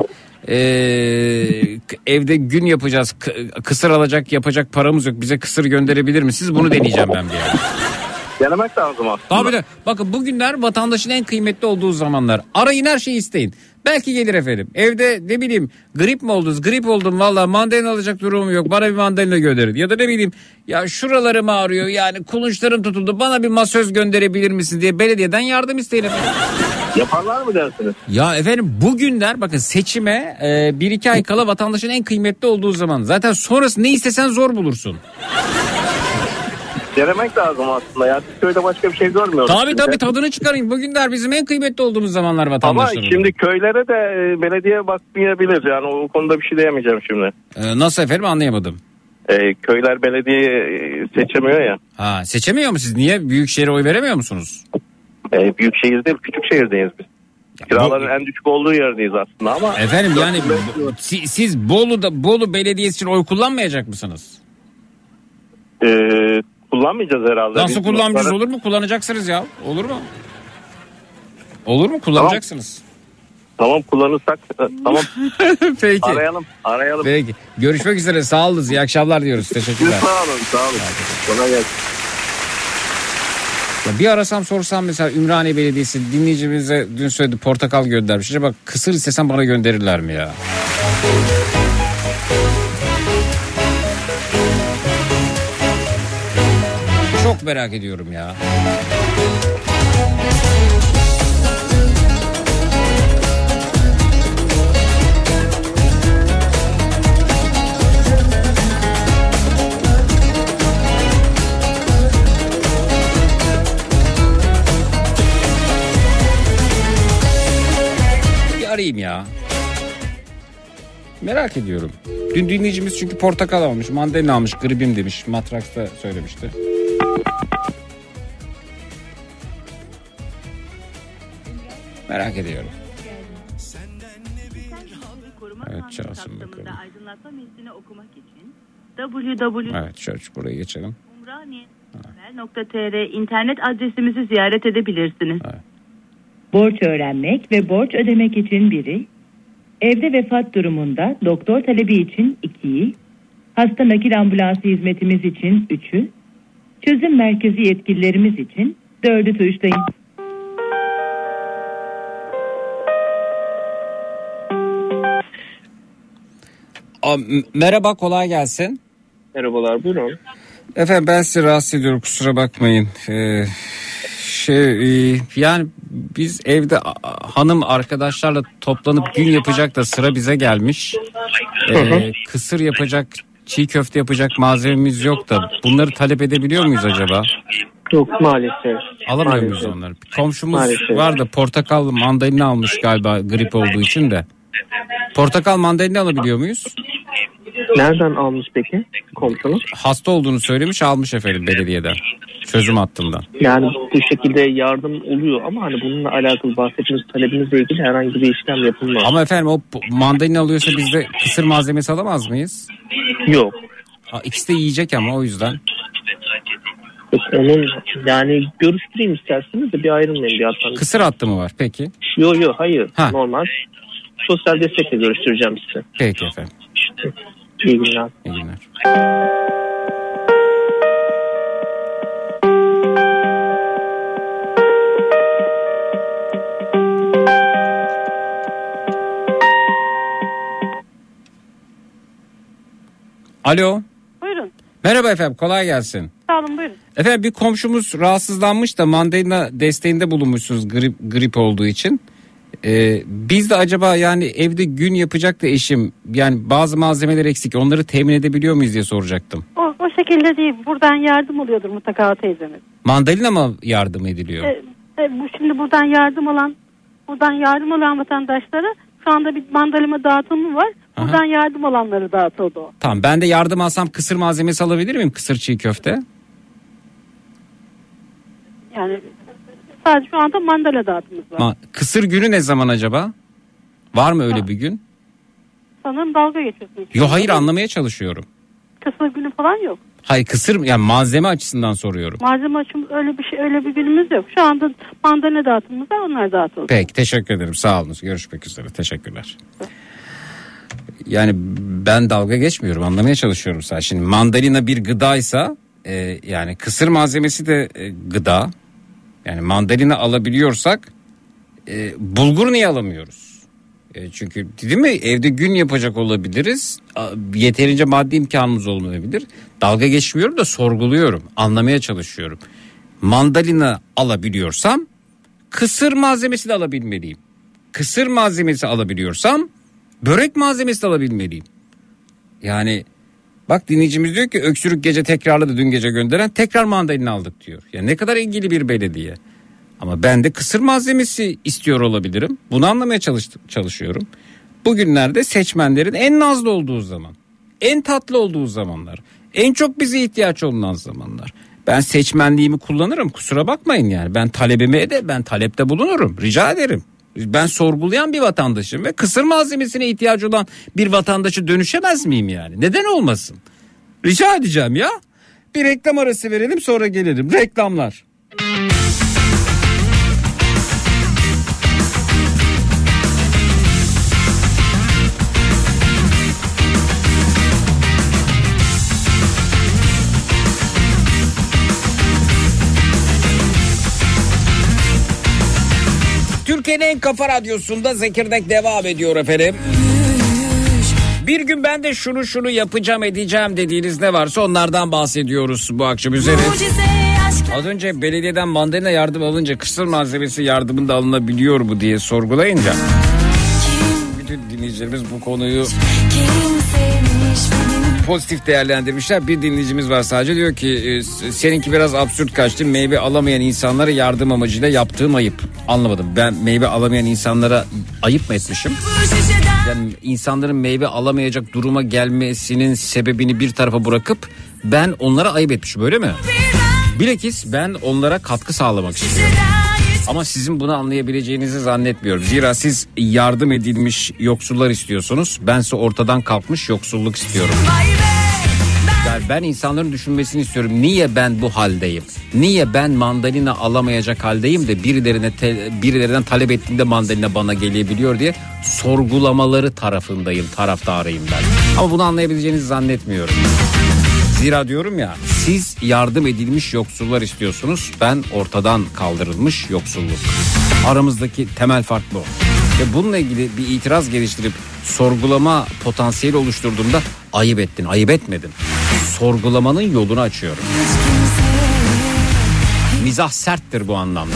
evde gün yapacağız, kısır yapacak paramız yok, bize kısır gönderebilir misiniz? Bunu deneyeceğim ben bir yani. Denemek lazım aslında. Tabii de bakın, bugünler vatandaşın en kıymetli olduğu zamanlar. Arayın, her şeyi isteyin. Belki gelir efendim. Evde ne bileyim grip mi oldunuz? Grip oldum valla, mandalina alacak durumum yok. Bana bir mandalina gönderin. Ya da ne bileyim ya şuralarım ağrıyor, yani kulunçlarım tutuldu. Bana bir masöz gönderebilir misin diye belediyeden yardım isteyin efendim. Yaparlar mı dersiniz? Ya efendim bugünler bakın seçime 1-2 ay kala vatandaşın en kıymetli olduğu zaman. Zaten sonrası ne istesen zor bulursun. Denemek lazım aslında ya. Köyde başka bir şey görmüyoruz. Tabii tadını çıkarayım. Bugünler bizim en kıymetli olduğumuz zamanlar vatandaşların. Ama şimdi köylere de belediye bakmayabilir. Yani o konuda bir şey diyemeyeceğim şimdi. Nasıl efendim, anlayamadım. Köyler belediye seçemiyor ya. Ha, seçemiyor mu siz? Niye? Büyükşehir'e oy veremiyor musunuz? Büyük şehir değil, küçük şehirdeyiz biz. Kiraların en düşük olduğu yerdeyiz aslında ama. Efendim yani siz Bolu Belediyesi için oy kullanmayacak mısınız? Kullanmayacağız herhalde. Nasıl kullanmayacağız, olur mu? Kullanacaksınız ya. Olur mu? Olur mu? Kullanacaksınız. Tamam kullanırsak tamam. Peki. Arayalım. Peki. Görüşmek üzere. Sağ olun. İyi akşamlar diyoruz. Teşekkürler. Sağ olun. Kolay gelsin. Ya bir arasam sorsam mesela Ümraniye Belediyesi dinleyicimize dün söyledi, portakal göndermiş. Acaba kısır istesem bana gönderirler mi ya? Çok merak ediyorum ya. Arayayım ya. Merak ediyorum. Dün dinleyicimiz çünkü portakal almış, mandalina almış, gribim demiş. Matraks'ta söylemişti. Merak ediyorum. Evet, çalsın bakalım. Evet, şöyle buraya geçelim. Umraniye.tr internet adresimizi ziyaret edebilirsiniz. Evet. Borç öğrenmek ve borç ödemek için 1'i, evde vefat durumunda doktor talebi için 2'yi, hasta nakil ambulansı hizmetimiz için 3'ü, çözüm merkezi yetkililerimiz için 4'ü tuşlayın. Merhaba, kolay gelsin. Merhabalar, buyurun. Efendim ben sizi rahatsız ediyorum, kusura bakmayın. Yani biz evde hanım arkadaşlarla toplanıp gün yapacak da sıra bize gelmiş. Kısır yapacak, çiğ köfte yapacak malzememiz yok da bunları talep edebiliyor muyuz acaba? Yok maalesef. Alamıyor muyuz onları? Komşumuz var da portakal mandalina almış galiba grip olduğu için de. Portakal mandalina alabiliyor muyuz? Nereden almış peki komşunuz? Hasta olduğunu söylemiş, almış efendim belediyeden. Çözüm hattından. Yani bu şekilde yardım oluyor ama hani bununla alakalı bahsettiğiniz talebinizle ilgili herhangi bir işlem yapılmıyor. Ama efendim o mandalina alıyorsa biz de kısır malzemesi alamaz mıyız? Yok. İkisi de yiyecek ama o yüzden. Onun yani görüştüreyim isterseniz de bir ayrılmayın bir hatta. Kısır hattı mı var peki? Yok hayır. Normal. Sosyal destekle görüştüreceğim size. Peki efendim. İyi günler. İyi günler. Alo. Buyurun. Merhaba efendim, kolay gelsin. Sağ olun, buyurun. Efendim bir komşumuz rahatsızlanmış da mandalina desteğinde bulunmuşsunuz grip olduğu için. Biz de acaba yani evde gün yapacak da eşim, yani bazı malzemeler eksik, onları temin edebiliyor muyuz diye soracaktım. O şekilde değil, buradan yardım oluyordur mutlaka teyzemiz. Mandalina mı yardım ediliyor? Bu şimdi buradan yardım alan vatandaşlara şu anda bir mandalina dağıtımı var. Buradan yardım alanları dağıtıldı o. Tamam, ben de yardım alsam kısır malzemesi alabilir miyim? Kısır çiğ köfte. Yani sadece şu anda mandalina dağıtımımız var. Kısır günü ne zaman acaba? Var mı öyle bir gün? Sanırım dalga geçiyorsunuz. Yok hayır, anlamaya çalışıyorum. Kısır günü falan yok. Hayır, kısır yani malzeme açısından soruyorum. Malzeme açımız öyle bir günümüz yok. Şu anda mandalina dağıtımımız var, onlar dağıtıldı. Peki, teşekkür ederim, sağ olun, görüşmek üzere, teşekkürler. Yani ben dalga geçmiyorum, anlamaya çalışıyorum sadece. Şimdi mandalina bir gıdaysa yani kısır malzemesi de gıda. Yani mandalina alabiliyorsak bulgur niye alamıyoruz? Çünkü değil mi, evde gün yapacak olabiliriz. Yeterince maddi imkanımız olmayabilir. Dalga geçmiyorum da sorguluyorum. Anlamaya çalışıyorum. Mandalina alabiliyorsam kısır malzemesi de alabilmeliyim. Kısır malzemesi alabiliyorsam börek malzemesi de alabilmeliyim. Yani bak, dinleyicimiz diyor ki öksürük gece tekrarladı, dün gece gönderen tekrar mandalina aldık diyor. Ya ne kadar ilgili bir belediye. Ama ben de kısır malzemesi istiyor olabilirim. Bunu anlamaya çalışıyorum. Bugünlerde seçmenlerin en nazlı olduğu zaman, en tatlı olduğu zamanlar, en çok bize ihtiyaç olunan zamanlar. Ben seçmenliğimi kullanırım, kusura bakmayın yani. Ben ben talepte bulunurum, rica ederim. Ben sorgulayan bir vatandaşım ve kısır malzemesine ihtiyacı olan bir vatandaşı dönüşemez miyim yani? Neden olmasın? Rica edeceğim ya. Bir reklam arası verelim, sonra gelelim. Reklamlar. Türkiye'nin en kafa radyosunda Zekirdek devam ediyor efendim. Bir gün ben de şunu yapacağım edeceğim dediğiniz ne varsa onlardan bahsediyoruz bu akşam üzeri. Az önce belediyeden mandalina yardım alınca kısır malzemesi yardımında alınabiliyor mu diye sorgulayınca bütün dinleyicilerimiz bu konuyu pozitif değerlendirmişler. Bir dinleyicimiz var sadece, diyor ki seninki biraz absürt kaçtı. Meyve alamayan insanlara yardım amacıyla yaptığım ayıp. Anlamadım. Ben meyve alamayan insanlara ayıp mı etmişim? Yani insanların meyve alamayacak duruma gelmesinin sebebini bir tarafa bırakıp ben onlara ayıp etmişim, öyle mi? Bilakis ben onlara katkı sağlamak istiyorum. Ama sizin bunu anlayabileceğinizi zannetmiyorum. Zira siz yardım edilmiş yoksullar istiyorsunuz. Bense ortadan kalkmış yoksulluk istiyorum. Yani ben insanların düşünmesini istiyorum. Niye ben bu haldeyim? Niye ben mandalina alamayacak haldeyim de birilerinden talep ettiğimde mandalina bana gelebiliyor diye sorgulamaları taraftarıyım ben. Ama bunu anlayabileceğinizi zannetmiyorum. Zira diyorum ya, siz yardım edilmiş yoksullar istiyorsunuz. Ben ortadan kaldırılmış yoksulluk. Aramızdaki temel fark bu. Ve bununla ilgili bir itiraz geliştirip sorgulama potansiyeli oluşturduğumda ayıp ettin, ayıp etmedin. Sorgulamanın yolunu açıyorum. Mizah serttir bu anlamda.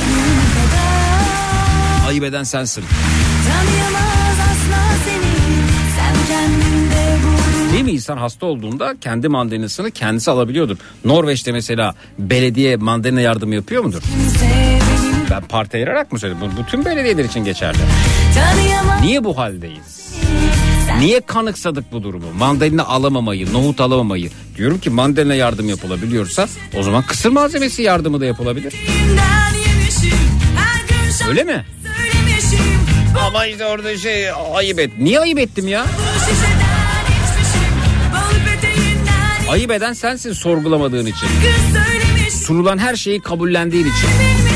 Ayıp eden sensin. Değil mi, insan hasta olduğunda kendi mandalinasını kendisi alabiliyordur. Norveç'te mesela belediye mandalina yardımı yapıyor mudur? Ben parti ayırarak mı söyledim? Bu bütün belediyeler için geçerli. Niye bu haldeyiz? Niye kanıksadık bu durumu? Mandalina alamamayı, nohut alamamayı. Diyorum ki mandalina yardım yapılabiliyorsa o zaman kısır malzemesi yardımı da yapılabilir. Öyle mi? Ama işte orada ayıp et. Niye ayıp ettim ya? Ayıp eden sensin sorgulamadığın için. Sunulan her şeyi kabullendiğin için.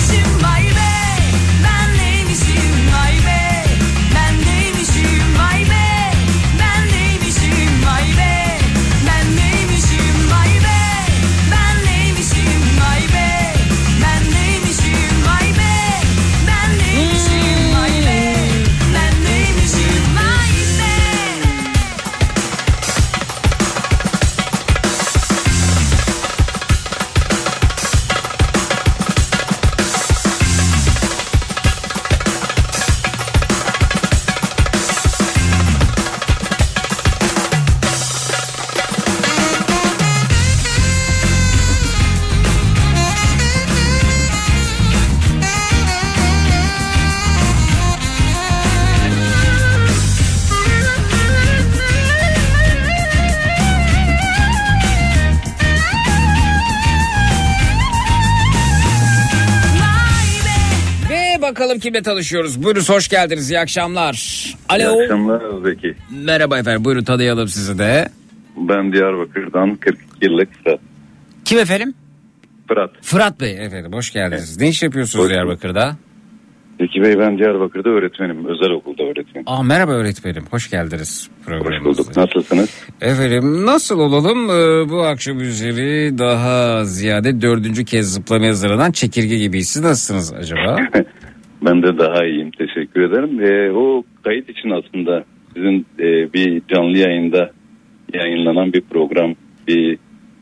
Bakalım kimle tanışıyoruz. Buyurun, hoş geldiniz. İyi akşamlar. Alo. İyi akşamlar Zeki. Merhaba efendim. Buyurun, tanıyalım sizi de. Ben Diyarbakır'dan 42 yıllık Fırat. Kim efendim? Fırat. Fırat Bey efendim, hoş geldiniz. Evet. Ne iş yapıyorsunuz Diyarbakır'da? Zeki Bey, ben Diyarbakır'da öğretmenim. Özel okulda öğretmenim. Merhaba öğretmenim. Hoş geldiniz programımıza. Hoş bulduk. Nasılsınız? Efendim nasıl olalım? Bu akşam üzeri daha ziyade 4. kez zıplamaya hazırlanan çekirge gibiyiz. Siz nasılsınız acaba? Ben de daha iyiyim. Teşekkür ederim. O kayıt için aslında sizin bir canlı yayında yayınlanan bir program, bir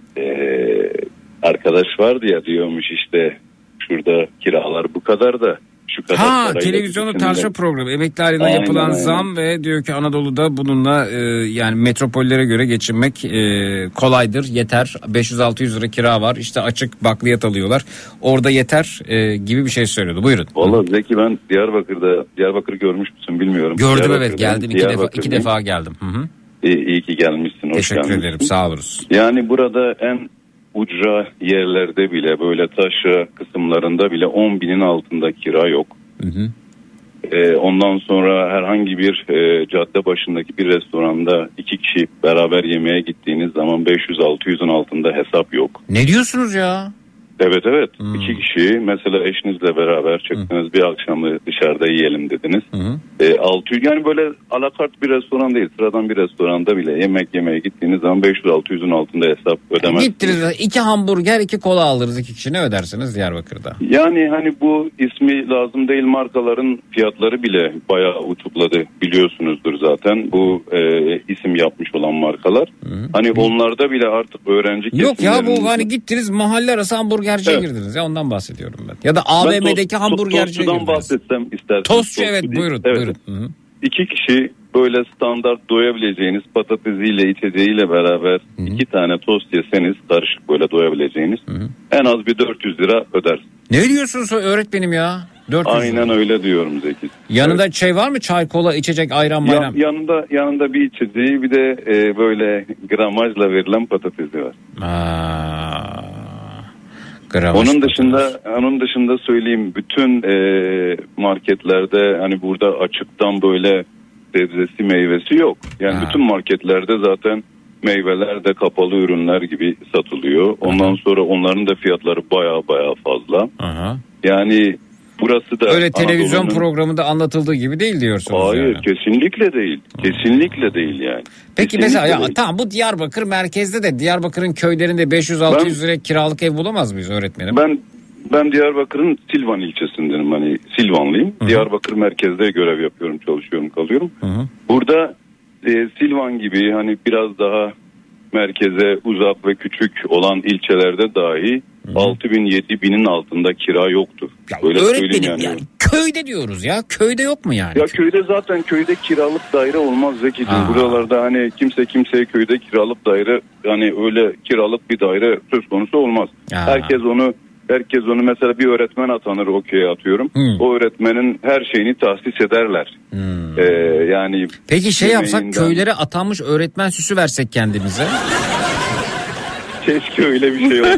arkadaş vardı ya, diyormuş işte şurada kiralar bu kadar da şu kadar. Televizyonda tartışma programı. Emekli aylığına yapılan zam ve diyor ki Anadolu'da bununla yani metropollere göre geçinmek kolaydır, yeter. 500-600 lira kira var. İşte açık bakliyat alıyorlar. Orada yeter gibi bir şey söylüyordu. Buyurun. Vallahi Zeki, ben Diyarbakır görmüş müsün bilmiyorum. Gördüm, evet, geldim. İki defa geldim. Hı. İyi ki gelmişsin. Teşekkür ederim. Sağ oluruz. Yani burada en ucra yerlerde bile, böyle taşra kısımlarında bile 10.000'in altında kira yok. Hı. Ondan sonra herhangi bir cadde başındaki bir restoranda 2 kişi beraber yemeğe gittiğiniz zaman 500-600'ün altında hesap yok. Ne diyorsunuz ya? Evet. 2 kişi mesela eşinizle beraber çıktınız, bir akşamı dışarıda yiyelim dediniz. 600, yani böyle alakart bir restoran değil, sıradan bir restoranda bile yemek yemeye gittiğiniz zaman 500-600'ün altında hesap ödemezsiniz. Gittiniz 2 hamburger 2 kola alırız 2 kişi, ne ödersiniz Diyarbakır'da? Yani hani bu ismi lazım değil markaların fiyatları bile bayağı uçukladı, biliyorsunuzdur zaten bu isim yapmış olan markalar. Hani onlarda bile artık öğrenci yok ya, bu hani gittiniz mahalle arası hamburgerciye girdiniz ya, ondan bahsediyorum ben. Ya da AVM'deki hamburgerciye girdiniz. Bahsetsem isterseniz. Tostçu, evet, buyurun. Buyurun. 2 kişi böyle standart doyabileceğiniz patatesiyle içeceğiyle beraber 2 tane tost yeseniz karışık böyle doyabileceğiniz en az bir 400 lira ödersiniz. Ne diyorsunuz öğretmenim ya? 400 Aynen lira. Öyle diyorum Zeki. Yanında şey var mı? Çay, kola, içecek, ayran, bayram? Yanında bir içeceği, bir de böyle gramajla verilen patatesi var. Onun dışında söyleyeyim, bütün marketlerde hani burada açıktan böyle sebzesi meyvesi yok. Yani bütün marketlerde zaten meyveler de kapalı ürünler gibi satılıyor. Ondan sonra onların da fiyatları baya fazla. Yani burası da öyle televizyon programında anlatıldığı gibi değil diyorsunuz. Hayır yani. Kesinlikle değil. Kesinlikle değil yani. Peki kesinlikle mesela ya değil. Tamam, bu Diyarbakır merkezde de Diyarbakır'ın köylerinde 500-600 liraya kiralık ev bulamaz mıyız öğretmenim? Ben Diyarbakır'ın Silvan ilçesindenim. Hani Silvanlıyım. Diyarbakır merkezde görev yapıyorum, çalışıyorum, kalıyorum. Burada Silvan gibi hani biraz daha merkeze uzak ve küçük olan ilçelerde dahi 6.000-7.000'in altında kira yoktur. Böyle öğretmenim yani köyde diyoruz ya. Köyde yok mu yani? Ya köyde kiralık daire olmaz Zeki'cim. Buralarda hani kimseye köyde kiralık daire, hani öyle kiralık bir daire söz konusu olmaz. Herkes onu mesela bir öğretmen atanır, o köye atıyorum. O öğretmenin her şeyini tahsis ederler. Yani peki yapsak, köylere atanmış öğretmen süsü versek kendimize. Keşke öyle bir şey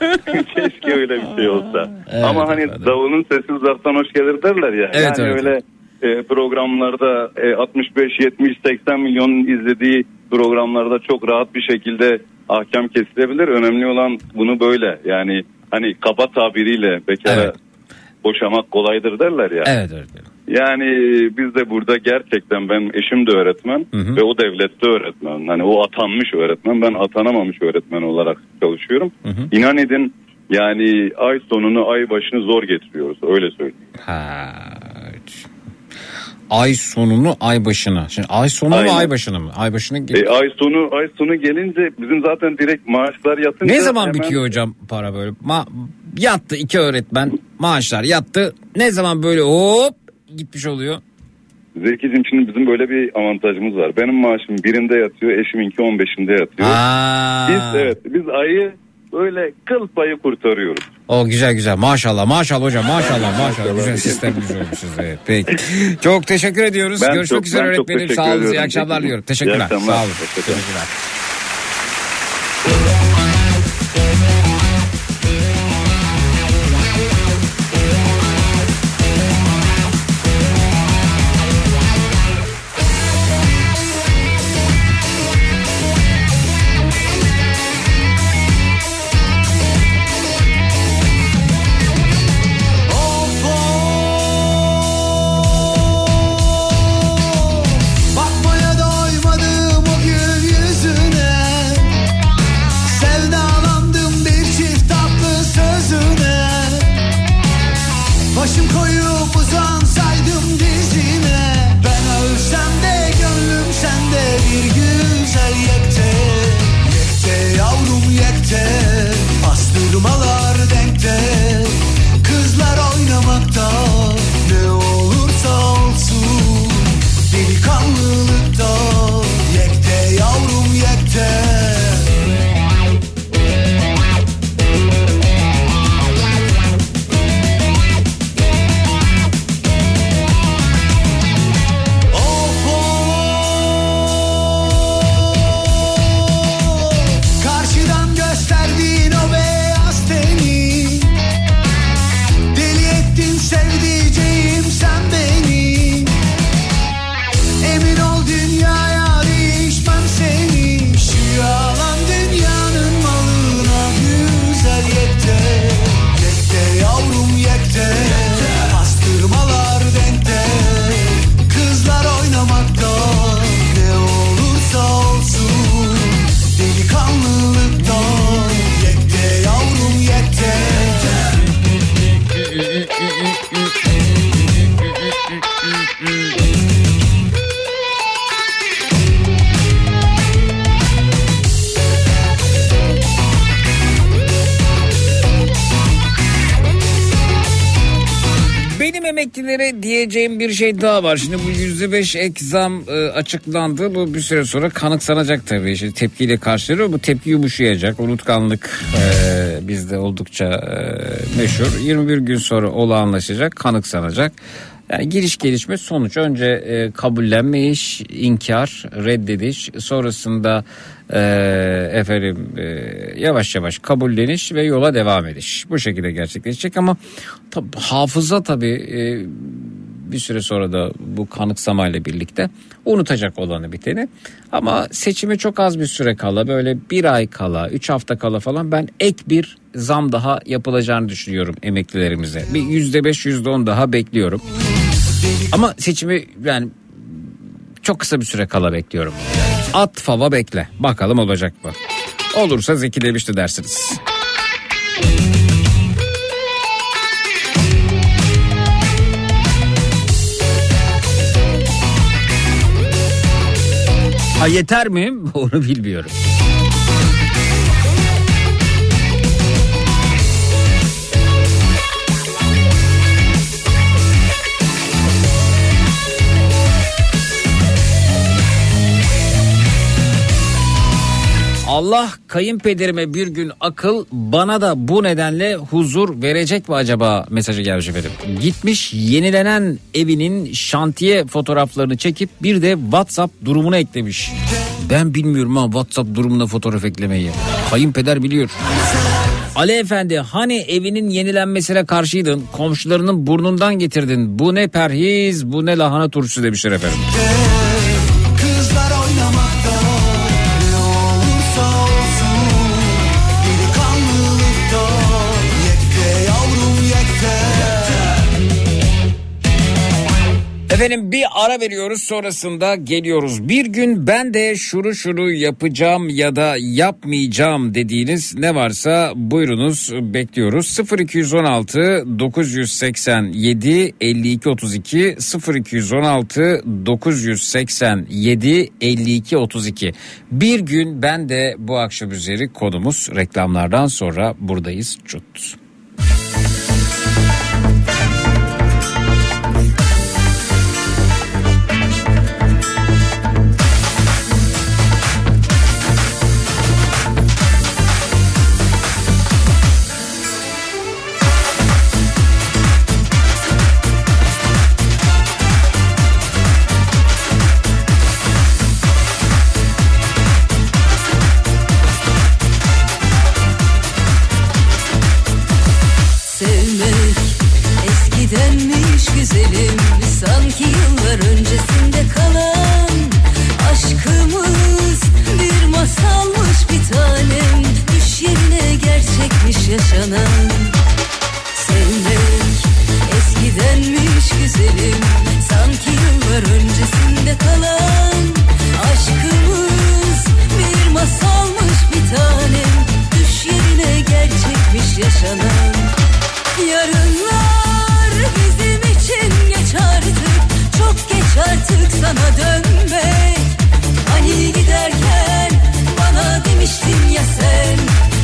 olsa. Evet, ama hani davulun sesi uzaktan hoş gelir derler ya. Evet, yani öyle programlarda 65, 70, 80 milyonun izlediği programlarda çok rahat bir şekilde ahkam kesilebilir. Önemli olan bunu böyle, yani hani kaba tabiriyle bekara boşamak kolaydır derler ya. Evet. Yani biz de burada gerçekten, ben eşim de öğretmen ve o devlette öğretmen. Hani o atanmış öğretmen, ben atanamamış öğretmen olarak çalışıyorum. İnan edin yani ay sonunu ay başını zor getiriyoruz, öyle söyleyeyim. Ay sonunu ay başına. Şimdi ay sonu mu ay başına mı? Ay başına ay sonu gelince bizim zaten direkt maaşlar yatınca. Ne zaman bitiyor hocam para böyle? Yattı 2 öğretmen, maaşlar yattı. Ne zaman böyle hop gitmiş oluyor? Zeki'cim, şimdi bizim böyle bir avantajımız var. Benim maaşım birinde yatıyor, eşiminki 15'inde yatıyor. Biz ayı böyle kıl payı kurtarıyoruz. O güzel. Maşallah hocam, maşallah. Güzel sistemimiz olmuşuz. Evet. Peki. Çok teşekkür ediyoruz. Görüşmek üzere öğretmenim. Sağ olun. İyi akşamlar diliyorum. Teşekkürler. Sağ olun. Teşekkürler. Bakmaya doymadım o gül yüzüne. yekte, bastırmalar denkte, kızlar oynamakta, ne olursa olsun delikanlılıkta, yekte yavrum yekte. Emeklilere diyeceğim bir şey daha var. Şimdi bu %5 ek zam açıklandı. Bu bir süre sonra kanıksanacak tabii. Şimdi tepkiyle karşılıyor. Bu tepki yumuşayacak. Unutkanlık bizde oldukça meşhur. 21 gün sonra olağanlaşacak, kanıksanacak. Yani giriş gelişme sonuç. Önce kabullenme iş, inkar, reddediş. Sonrasında yavaş yavaş kabulleniş ve yola devam ediş. Bu şekilde gerçekleşecek ama hafıza tabii bir süre sonra da bu kanıksamayla birlikte unutacak olanı biteni. Ama seçime çok az bir süre kala, böyle bir ay kala, 3 hafta kala falan ben ek bir zam daha yapılacağını düşünüyorum emeklilerimize. Bir %5, %10 daha bekliyorum. Ama seçimi yani çok kısa bir süre kala bekliyorum. At fava bekle. Bakalım olacak mı? Olursa Zeki demişti dersiniz. Ha yeter mi? Onu bilmiyorum. Allah kayınpederime bir gün akıl, bana da bu nedenle huzur verecek mi acaba mesajı gelmiş efendim. Gitmiş yenilenen evinin şantiye fotoğraflarını çekip bir de WhatsApp durumuna eklemiş. Ben bilmiyorum ha WhatsApp durumuna fotoğraf eklemeyi. Kayınpeder biliyor. Ali Efendi, hani evinin yenilenmesine karşıydın, komşularının burnundan getirdin. Bu ne perhiz, bu ne lahana turşusu demişler efendim. Kızlar oynamakta, ne olursa olsun delikanlılıkta, yekte yavrum yekte. Efendim bir ara veriyoruz, sonrasında geliyoruz. Bir gün ben de şunu yapacağım ya da yapmayacağım dediğiniz ne varsa buyurunuz, bekliyoruz. 0216 987 52 32 0216 987 52 32. Bir gün ben de bu akşam üzeri konumuz. Reklamlardan sonra buradayız. Çut. Güzelim, sanki yıllar öncesinde kalan aşkımız bir masalmış bir tanem, düş yerine gerçekmiş yaşanan. Sevmek eskidenmiş güzelim, sanki yıllar öncesinde kalan aşkımız bir masalmış bir tanem, düş yerine gerçekmiş yaşanan. Yarınlar bizim için geç artık, çok geç artık sana dönmek. Hani giderken bana demiştin ya sen,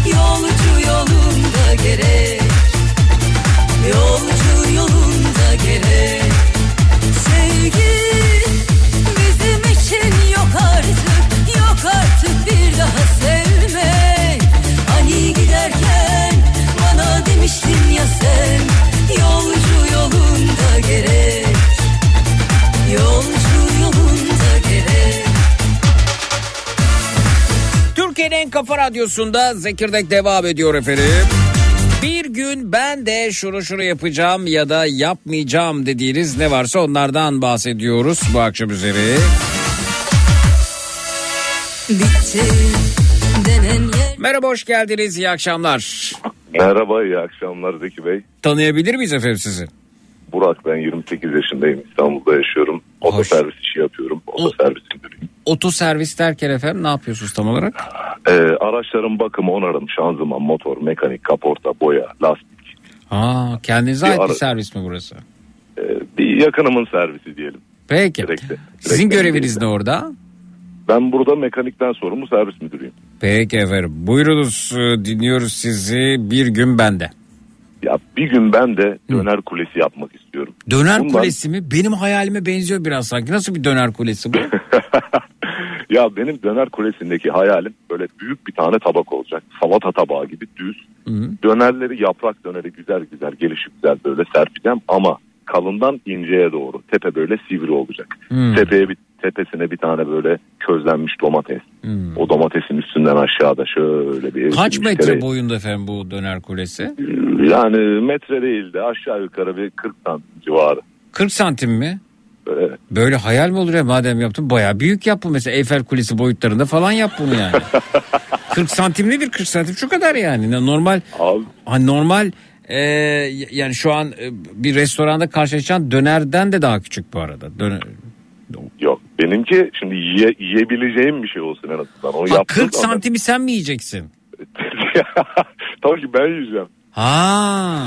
Türkiye'nin Kafa Radyosu'nda Zekirdek devam ediyor efendim. Bir gün ben de şunu yapacağım ya da yapmayacağım dediğiniz ne varsa onlardan bahsediyoruz bu akşam üzeri. Merhaba, hoş geldiniz, iyi akşamlar. Merhaba, iyi akşamlar Zeki Bey. Tanıyabilir miyiz efendim sizi? Burak, ben 28 yaşındayım, İstanbul'da yaşıyorum. Otoservis işi yapıyorum, otoservis müdürüyüm. Otoservis derken efendim ne yapıyorsunuz tam olarak? Araçların bakımı, onarım, şanzıman, motor, mekanik, kaporta, boya, lastik. Kendinize ait bir servis mi burası? Bir yakınımın servisi diyelim. Peki. Sizin göreviniz ne orada? Ben burada mekanikten sorumlu servis müdürüyüm. Peki efendim, buyurunuz, dinliyoruz sizi. Bir gün bende. Ya bir gün ben de döner kulesi yapmak istiyorum. Döner kulesi mi? Benim hayalime benziyor biraz sanki. Nasıl bir döner kulesi bu? Ya benim döner kulesindeki hayalim böyle büyük bir tane tabak olacak. Salata tabağı gibi düz. Dönerleri, yaprak döneri güzel güzel, gelişip güzel böyle serpeceğim ama kalından inceye doğru. Tepe böyle sivri olacak. Tepesine bir tane böyle közlenmiş domates. O domatesin üstünden aşağıda şöyle bir... Kaç metre boyunda efendim bu döner kulesi? Yani metre değil de aşağı yukarı bir 40 santim civarı. 40 santim mi? Evet. Böyle hayal mi olur ya, madem yaptın bayağı büyük yap bu, mesela Eyfel Kulesi boyutlarında falan yap bunu yani. 40 santim nedir? 40 santim şu kadar yani. Normal. Abi. Normal yani şu an bir restoranda karşılaşacağın dönerden de daha küçük bu arada. Yok, benimki şimdi yiyebileceğim bir şey olsun en azından. O 40 santimi sen mi yiyeceksin? Tabii ki ben yiyeceğim. Tamam.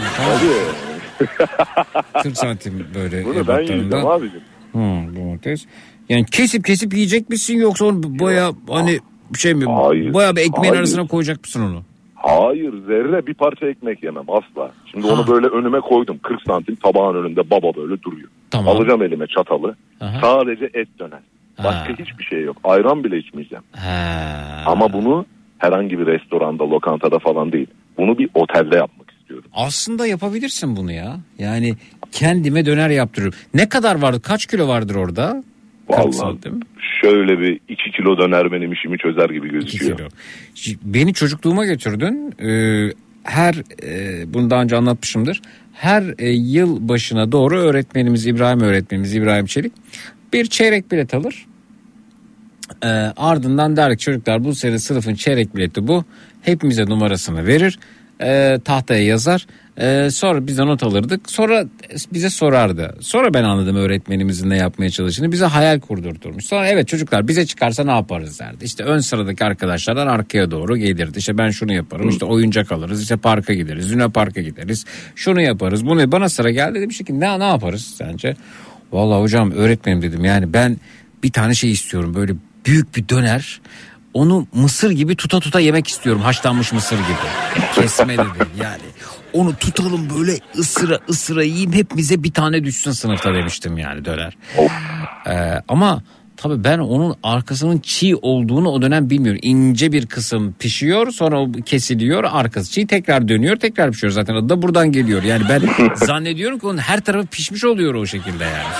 40 santim böyle. Bunu ben yiyeceğim abicim. Domates. Yani kesip yiyecek misin, yoksa onu boya hani şey mi? Boya bir ekmeğin arasına koyacak mısın onu? Hayır, zerre bir parça ekmek yemem asla. Şimdi onu böyle önüme koydum. 40 santim tabağın önünde baba böyle duruyor. Tamam. Alacağım elime çatalı. Sadece et döner. Başka hiçbir şey yok. Ayran bile içmeyeceğim. Ama bunu herhangi bir restoranda, lokantada falan değil. Bunu bir otelde yapmak istiyorum. Aslında yapabilirsin bunu ya. Yani kendime döner yaptırıyorum. Ne kadar vardı? Kaç kilo vardır orada? Vallahi şöyle bir 2 kilo döner benim işimi çözer gibi gözüküyor. Beni çocukluğuma götürdün. Bunu daha önce anlatmışımdır. Her yıl başına doğru öğretmenimiz İbrahim Çelik bir çeyrek bilet alır. Ardından der ki çocuklar, bu sene sınıfın çeyrek bileti bu. Hepimize numarasını verir. Tahtaya yazar. Sonra biz de not alırdık. Sonra bize sorardı. Sonra ben anladım öğretmenimizin ne yapmaya çalıştığını. Bize hayal kurdurturmuş. Sonra evet çocuklar bize çıkarsa ne yaparız derdi. İşte ön sıradaki arkadaşlardan arkaya doğru gelirdi. İşte ben şunu yaparım. İşte oyuncak alırız. İşte parka gideriz. Luna Park'a gideriz. Şunu yaparız. Bunu bana sıra geldi. Dedim ki ne yaparız sence? Vallahi hocam öğretmenim dedim. Yani ben bir tane şey istiyorum. Böyle büyük bir döner. Onu mısır gibi tuta yemek istiyorum. Haşlanmış mısır gibi. Kesme dedim yani. Onu tutalım böyle ısıra yiyeyim, hepimize bir tane düşsün sınıfta demiştim yani döner. Ama tabii ben onun arkasının çiğ olduğunu o dönem bilmiyorum. İnce bir kısım pişiyor, sonra o kesiliyor, arkası çiğ, tekrar dönüyor, tekrar pişiyor. Zaten adı da buradan geliyor. Yani ben zannediyorum ki onun her tarafı pişmiş oluyor o şekilde yani.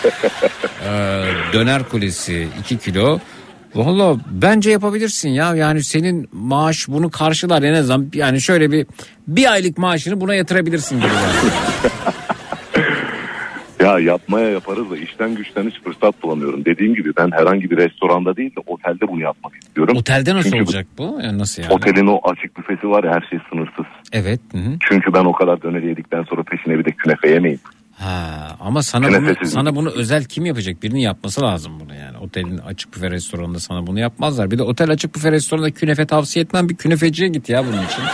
Döner kulesi 2 kilo. Vallahi bence yapabilirsin ya. Yani senin maaş bunu karşılar en azından. Yani şöyle bir aylık maaşını buna yatırabilirsin gibi yani. Ya yapmaya yaparız da işten güçten hiç fırsat bulamıyorum. Dediğim gibi ben herhangi bir restoranda değil de otelde bunu yapmak istiyorum. Otelde nasıl olacak bu? Yani nasıl yani? Otelin o açık büfesi var ya, her şey sınırsız. Evet. Çünkü ben o kadar döner yedikten sonra peşine bir de künefe yemeyeyim. Ama sana bunu özel kim yapacak? Birinin yapması lazım bunu yani. Otelin açık büfe restoranında sana bunu yapmazlar. Bir de otel açık büfe restoranında künefe tavsiye etmem. Bir künefeciye git ya bunun için.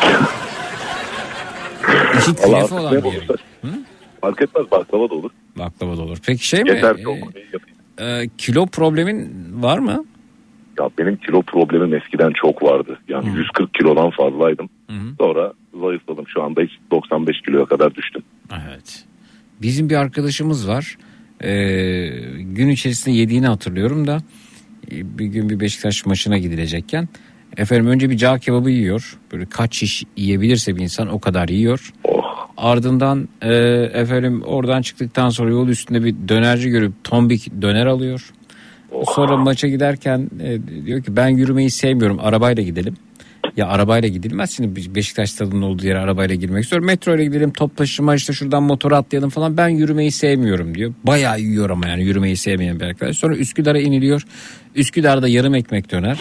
İki künefe olan bir yere. Fark etmez, baklava da olur. Baklava da olur. Peki şey mi? Kilo problemin var mı? Ya benim kilo problemim eskiden çok vardı. Yani 140 kilodan fazlaydım. Sonra zayıfladım. Şu anda 95 kiloya kadar düştüm. Evet. Bizim bir arkadaşımız var. Gün içerisinde yediğini hatırlıyorum da bir gün bir Beşiktaş maçına gidilecekken efendim önce bir cağ kebabı yiyor. Böyle kaç şiş yiyebilirse bir insan o kadar yiyor. Ardından efendim oradan çıktıktan sonra yol üstünde bir dönerci görüp tombik döner alıyor. Sonra maça giderken diyor ki ben yürümeyi sevmiyorum, arabayla gidelim. Ya arabayla gidilmez, şimdi Beşiktaş stadının olduğu yere arabayla girmek istiyorum. Metro ile gidelim, top taşıma, işte şuradan motora atlayalım falan, ben yürümeyi sevmiyorum diyor. Bayağı yiyor ama yani yürümeyi sevmeyen bir arkadaş. Sonra Üsküdar'a iniliyor. Üsküdar'da yarım ekmek döner.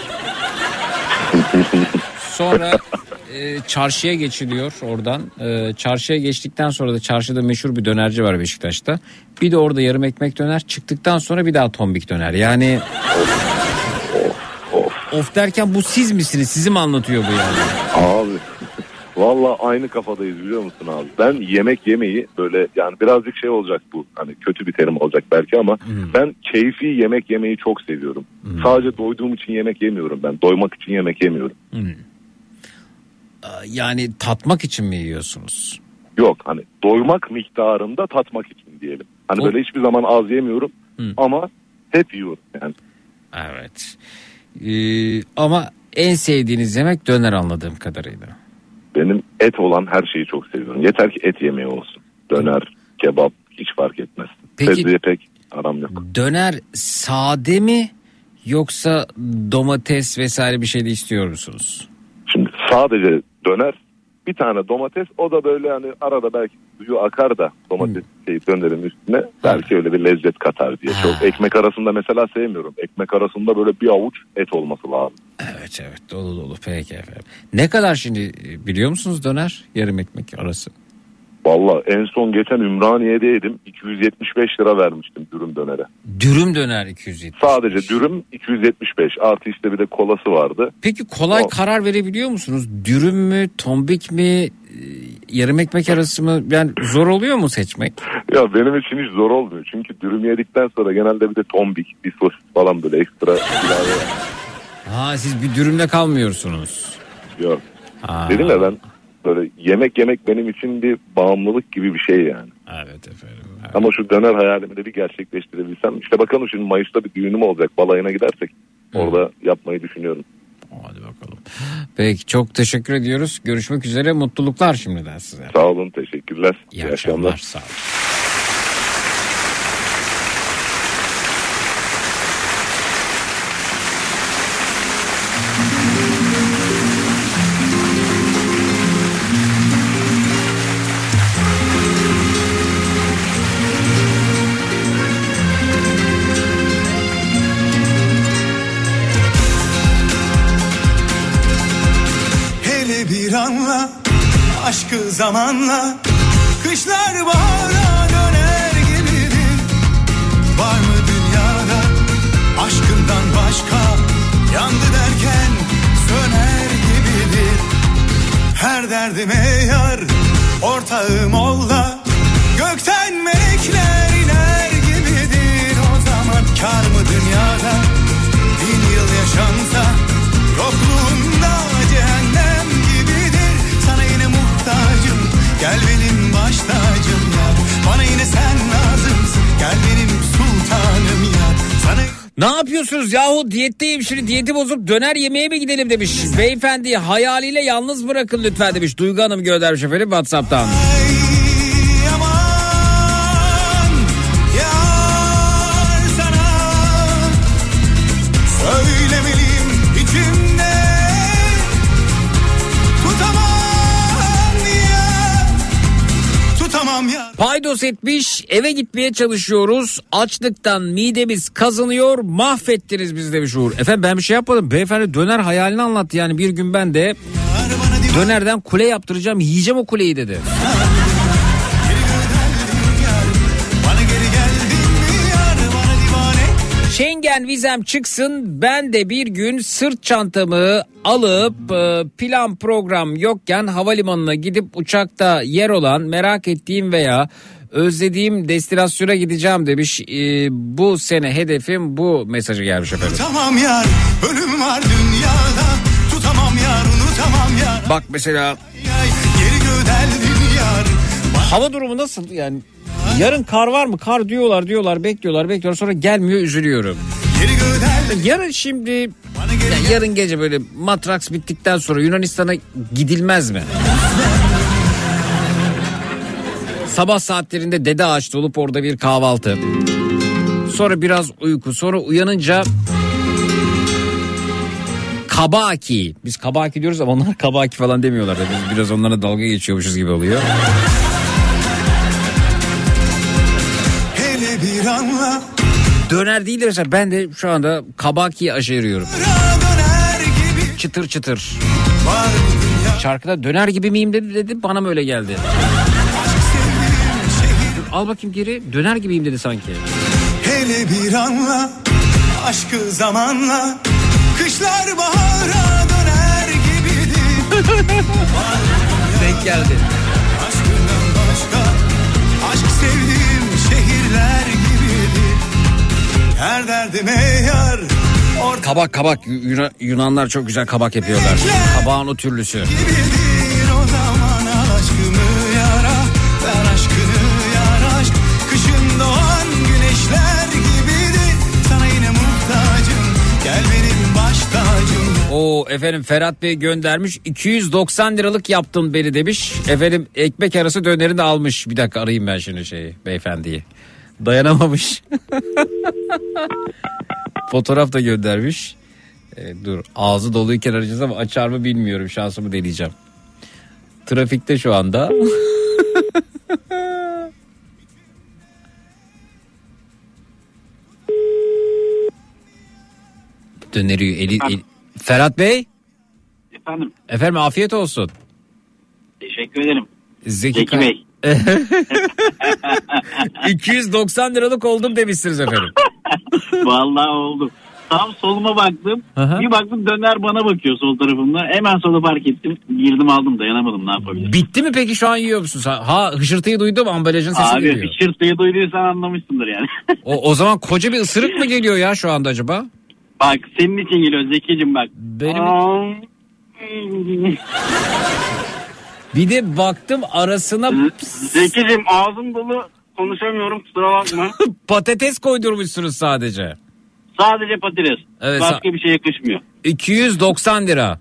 Sonra çarşıya geçiliyor oradan. Çarşıya geçtikten sonra da çarşıda meşhur bir dönerci var Beşiktaş'ta. Bir de orada yarım ekmek döner. Çıktıktan sonra bir daha tombik döner. Yani of derken bu siz misiniz? Sizi mi anlatıyor bu yani? Abi valla aynı kafadayız biliyor musun abi? Ben yemek yemeyi böyle, yani birazcık şey olacak bu, hani kötü bir terim olacak belki ama ben keyfi yemek yemeyi çok seviyorum. Sadece doyduğum için yemek yemiyorum ben. Doymak için yemek yemiyorum. Yani tatmak için mi yiyorsunuz? Yok, hani doymak miktarında tatmak için diyelim. Hani böyle hiçbir zaman az yemiyorum ama hep yiyorum yani. Evet. Ama en sevdiğiniz yemek döner anladığım kadarıyla. Benim et olan her şeyi çok seviyorum. Yeter ki et yemeği olsun. Döner, kebap hiç fark etmez. Sebzeye pek aram yok. Döner sade mi yoksa domates vesaire bir şey de istiyor musunuz? Şimdi sadece döner, bir tane domates, o da böyle hani arada belki suyu akar da domates dönerin üstüne belki öyle bir lezzet katar diye. Çok ekmek arasında mesela sevmiyorum. Ekmek arasında böyle bir avuç et olması lazım. Evet dolu peki efendim. Ne kadar şimdi biliyor musunuz döner yarım ekmek arası? Valla en son geçen Ümraniye'de yedim, 275 lira vermiştim dürüm dönere. Dürüm döner 275. Sadece dürüm 275 artı işte bir de kolası vardı. Peki kolay karar verebiliyor musunuz? Dürüm mü, tombik mi, yarım ekmek arası mı? Yani zor oluyor mu seçmek? Ya benim için hiç zor olmuyor. Çünkü dürüm yedikten sonra genelde bir de tombik, bir sosis falan böyle ekstra ilave. Siz bir dürümle kalmıyorsunuz. Yok. Dedim ya ben böyle yemek benim için bir bağımlılık gibi bir şey yani. Evet efendim. Evet. Ama şu döner hayalimi de bir gerçekleştirebilsem. İşte bakalım şimdi Mayıs'ta bir düğünüm olacak. Balayına gidersek orada yapmayı düşünüyorum. Hadi bakalım. Peki çok teşekkür ediyoruz. Görüşmek üzere. Mutluluklar şimdiden size. Sağ olun, teşekkürler. İyi akşamlar. Sağ olun. Aşkı zamanla kışlar bahara döner gibidir. Var mı dünyada aşkından başka, yandı derken söner gibidir. Her derdime yar ortağım ol da gökten melekler iner gibidir. O zaman kar mı dünyada 1000 yıl yaşansa, yokluğunda cehennem gibidir. Sana yine muhtacım, gel benim baş tacım ya. Bana yine sen lazımsın, gel benim sultanım ya. Sana... Ne yapıyorsunuz yahu, diyetteyim şimdi, diyeti bozup döner yemeye mi gidelim demiş. Beyefendi hayaliyle yalnız bırakın lütfen demiş. Duygu Hanım göndermiş efendim WhatsApp'tan. Söylemeliyim içimde, tutamam ya. Paydos etmiş, eve gitmeye çalışıyoruz. Açlıktan midemiz kazınıyor, mahvettiniz biz demiş Uğur. Efendim ben bir şey yapmadım. Beyefendi döner hayalini anlattı. Yani bir gün ben de dönerden kule yaptıracağım, yiyeceğim o kuleyi dedi. Schengen vizem çıksın, ben de bir gün sırt çantamı alıp plan program yokken havalimanına gidip uçakta yer olan merak ettiğim veya özlediğim destinasyona gideceğim demiş. Bu sene hedefim bu, mesajı gelmiş efendim. Tutamam yar, ölüm var dünyada, tutamam yar, unutamam yar. Bak mesela hava durumu nasıl yani? Yarın kar var mı? Kar diyorlar, bekliyorlar. Sonra gelmiyor, üzülüyorum. Yarın şimdi, yani yarın gece böyle matraks bittikten sonra Yunanistan'a gidilmez mi? Sabah saatlerinde Dede Ağaç'ta olup orada bir kahvaltı. sonra biraz uyku, sonra uyanınca kabaki. Biz kabaki diyoruz ama onlar kabaki falan demiyorlar. Biz biraz onlara dalga geçiyormuşuz gibi oluyor. Hele bir anla. Döner değil de mesela ben de şu anda kabakiyi aşeriyorum. Çıtır çıtır. Şarkıda döner gibi miyim dedi bana mı öyle geldi? Al bakayım geri, döner gibiyim dedi sanki. Hele bir anla, aşkı zamanla, kışlar bahara döner gibidir. Denk geldi. Aşkından başka, aşk sevdiğim şehirler gibidir. Her derdime yar. Kabak Yunanlar çok güzel kabak yapıyorlar. Kabağın o türlüsü. Gibidir o zaman al aşkımı yara, ver aşkını yar aşk. Kışın doğan güneşler gibidir. Sana yine muhtacım, gel benim baş tacım. Oo efendim Ferhat Bey göndermiş, 290 liralık yaptın beni demiş. Efendim ekmek arası dönerini almış. Bir dakika arayayım ben şimdi beyefendiyi. Dayanamamış. Fotoğraf da göndermiş. Dur ağzı doluyken arayacağız ama açar mı bilmiyorum, şansımı deneyeceğim. Trafikte şu anda. Döneriyor eli. Ferhat Bey. Efendim afiyet olsun. Teşekkür ederim. Zeki Bey. 290 liralık oldum demişsiniz efendim. Vallahi oldu. Tam soluma baktım. Aha. Bir baktım döner bana bakıyor sol tarafımda. Hemen sola fark ettim. Girdim aldım, dayanamadım, ne yapabilirim. Bitti mi peki, şu an yiyor musunuz? Ha hışırtıyı duydum, ambalajın sesi geliyor. Abi hışırtıyı duyduysan anlamışsındır yani. O zaman koca bir ısırık mı geliyor ya şu anda acaba? Bak senin için geliyor Zeki'cim bak. Benim... Bir de baktım arasına... Zeki'cim ağzım dolu, konuşamıyorum, kusura bakma. Patates koydurmuşsunuz sadece. Sadece patates. Evet, başka bir şey yakışmıyor. 290 lira.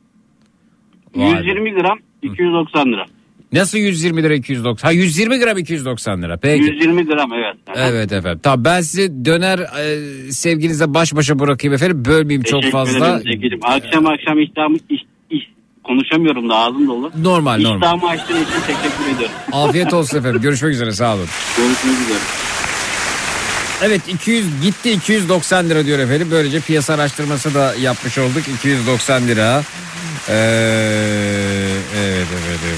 120 gram 290 lira. Nasıl 120 lira 290? Ha 120 gram 290 lira. Peki. 120 gram evet. Evet efendim. Tamam ben sizi döner sevginizle baş başa bırakayım efendim. Bölmeyeyim çok fazla. Akşam iştahımı konuşamıyorum da ağzım dolu. Normal. İştahımı açtığın için teşekkür ediyorum. Afiyet olsun efendim. Görüşmek üzere, sağ olun. Görüşmek üzere. Evet 290 lira diyor efendim. Böylece piyasa araştırması da yapmış olduk. 290 lira. Evet efendim.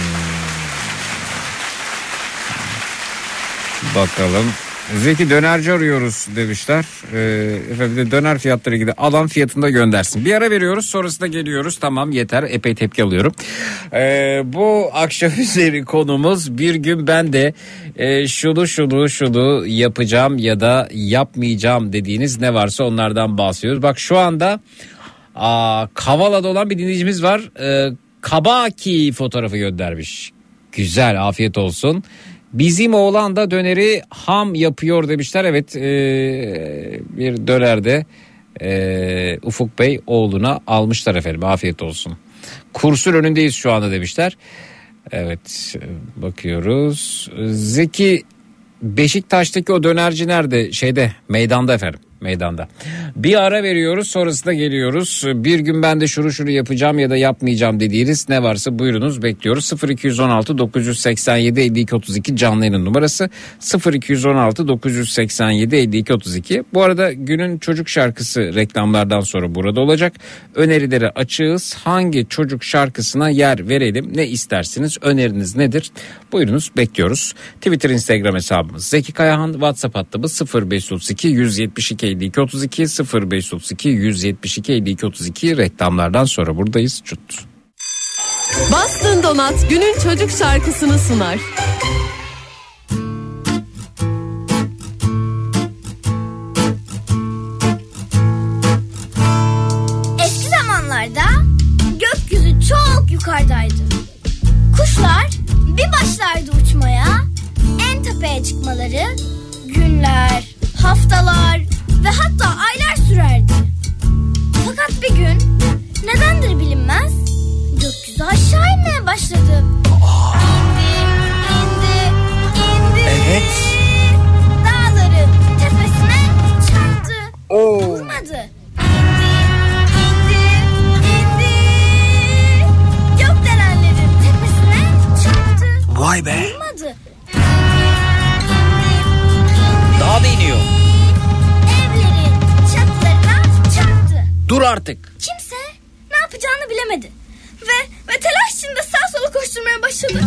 Bakalım. Zeki dönerci arıyoruz demişler. Efendim döner fiyatları ilgili alan fiyatında göndersin. Bir ara veriyoruz, sonrasında geliyoruz. Tamam yeter, epey tepki alıyorum. Bu akşam üzeri konumuz bir gün ben de şunu yapacağım ya da yapmayacağım dediğiniz ne varsa onlardan bahsediyoruz. Bak şu anda Kavala'da olan bir dinleyicimiz var. Kabaki fotoğrafı göndermiş. Güzel, afiyet olsun. Bizim oğlan da döneri ham yapıyor demişler. Evet bir dönerde Ufuk Bey oğluna almışlar efendim, afiyet olsun. Kursun önündeyiz şu anda demişler. Evet bakıyoruz. Zeki Beşiktaş'taki o dönerci nerede? Meydanda efendim. Meydanda. Bir ara veriyoruz, sonrasında geliyoruz. Bir gün ben de şunu yapacağım ya da yapmayacağım dediğiniz ne varsa buyurunuz, bekliyoruz. 0216 987 52 32 canlı yayın numarası 0216 987 52 32. Bu arada günün çocuk şarkısı reklamlardan sonra burada olacak. Önerileri açığız. Hangi çocuk şarkısına yer verelim, ne istersiniz, öneriniz nedir? Buyurunuz, bekliyoruz. Twitter, Instagram hesabımız Zeki Kayahan, WhatsApp hattımız 0532 172 52 32 0532 172 52 32. Reklamlardan sonra buradayız. Çut. Bastın Donat günün çocuk şarkısını sunar. Eski zamanlarda gökyüzü çok yukarıdaydı. Kuşlar bir başlardı uçmaya, en tepeye çıkmaları günler, haftalar ve hatta aylar sürerdi. Fakat bir gün nedendir bilinmez gökyüzü aşağı inmeye başladı. İndi. Evet. Dağların tepesine Vay be. Durmadı. Daha da iniyor. Evlerin çatılarına çarptı. Dur artık. Kimse ne yapacağını bilemedi. Ve telaş içinde sağ sola koşturmaya başladı.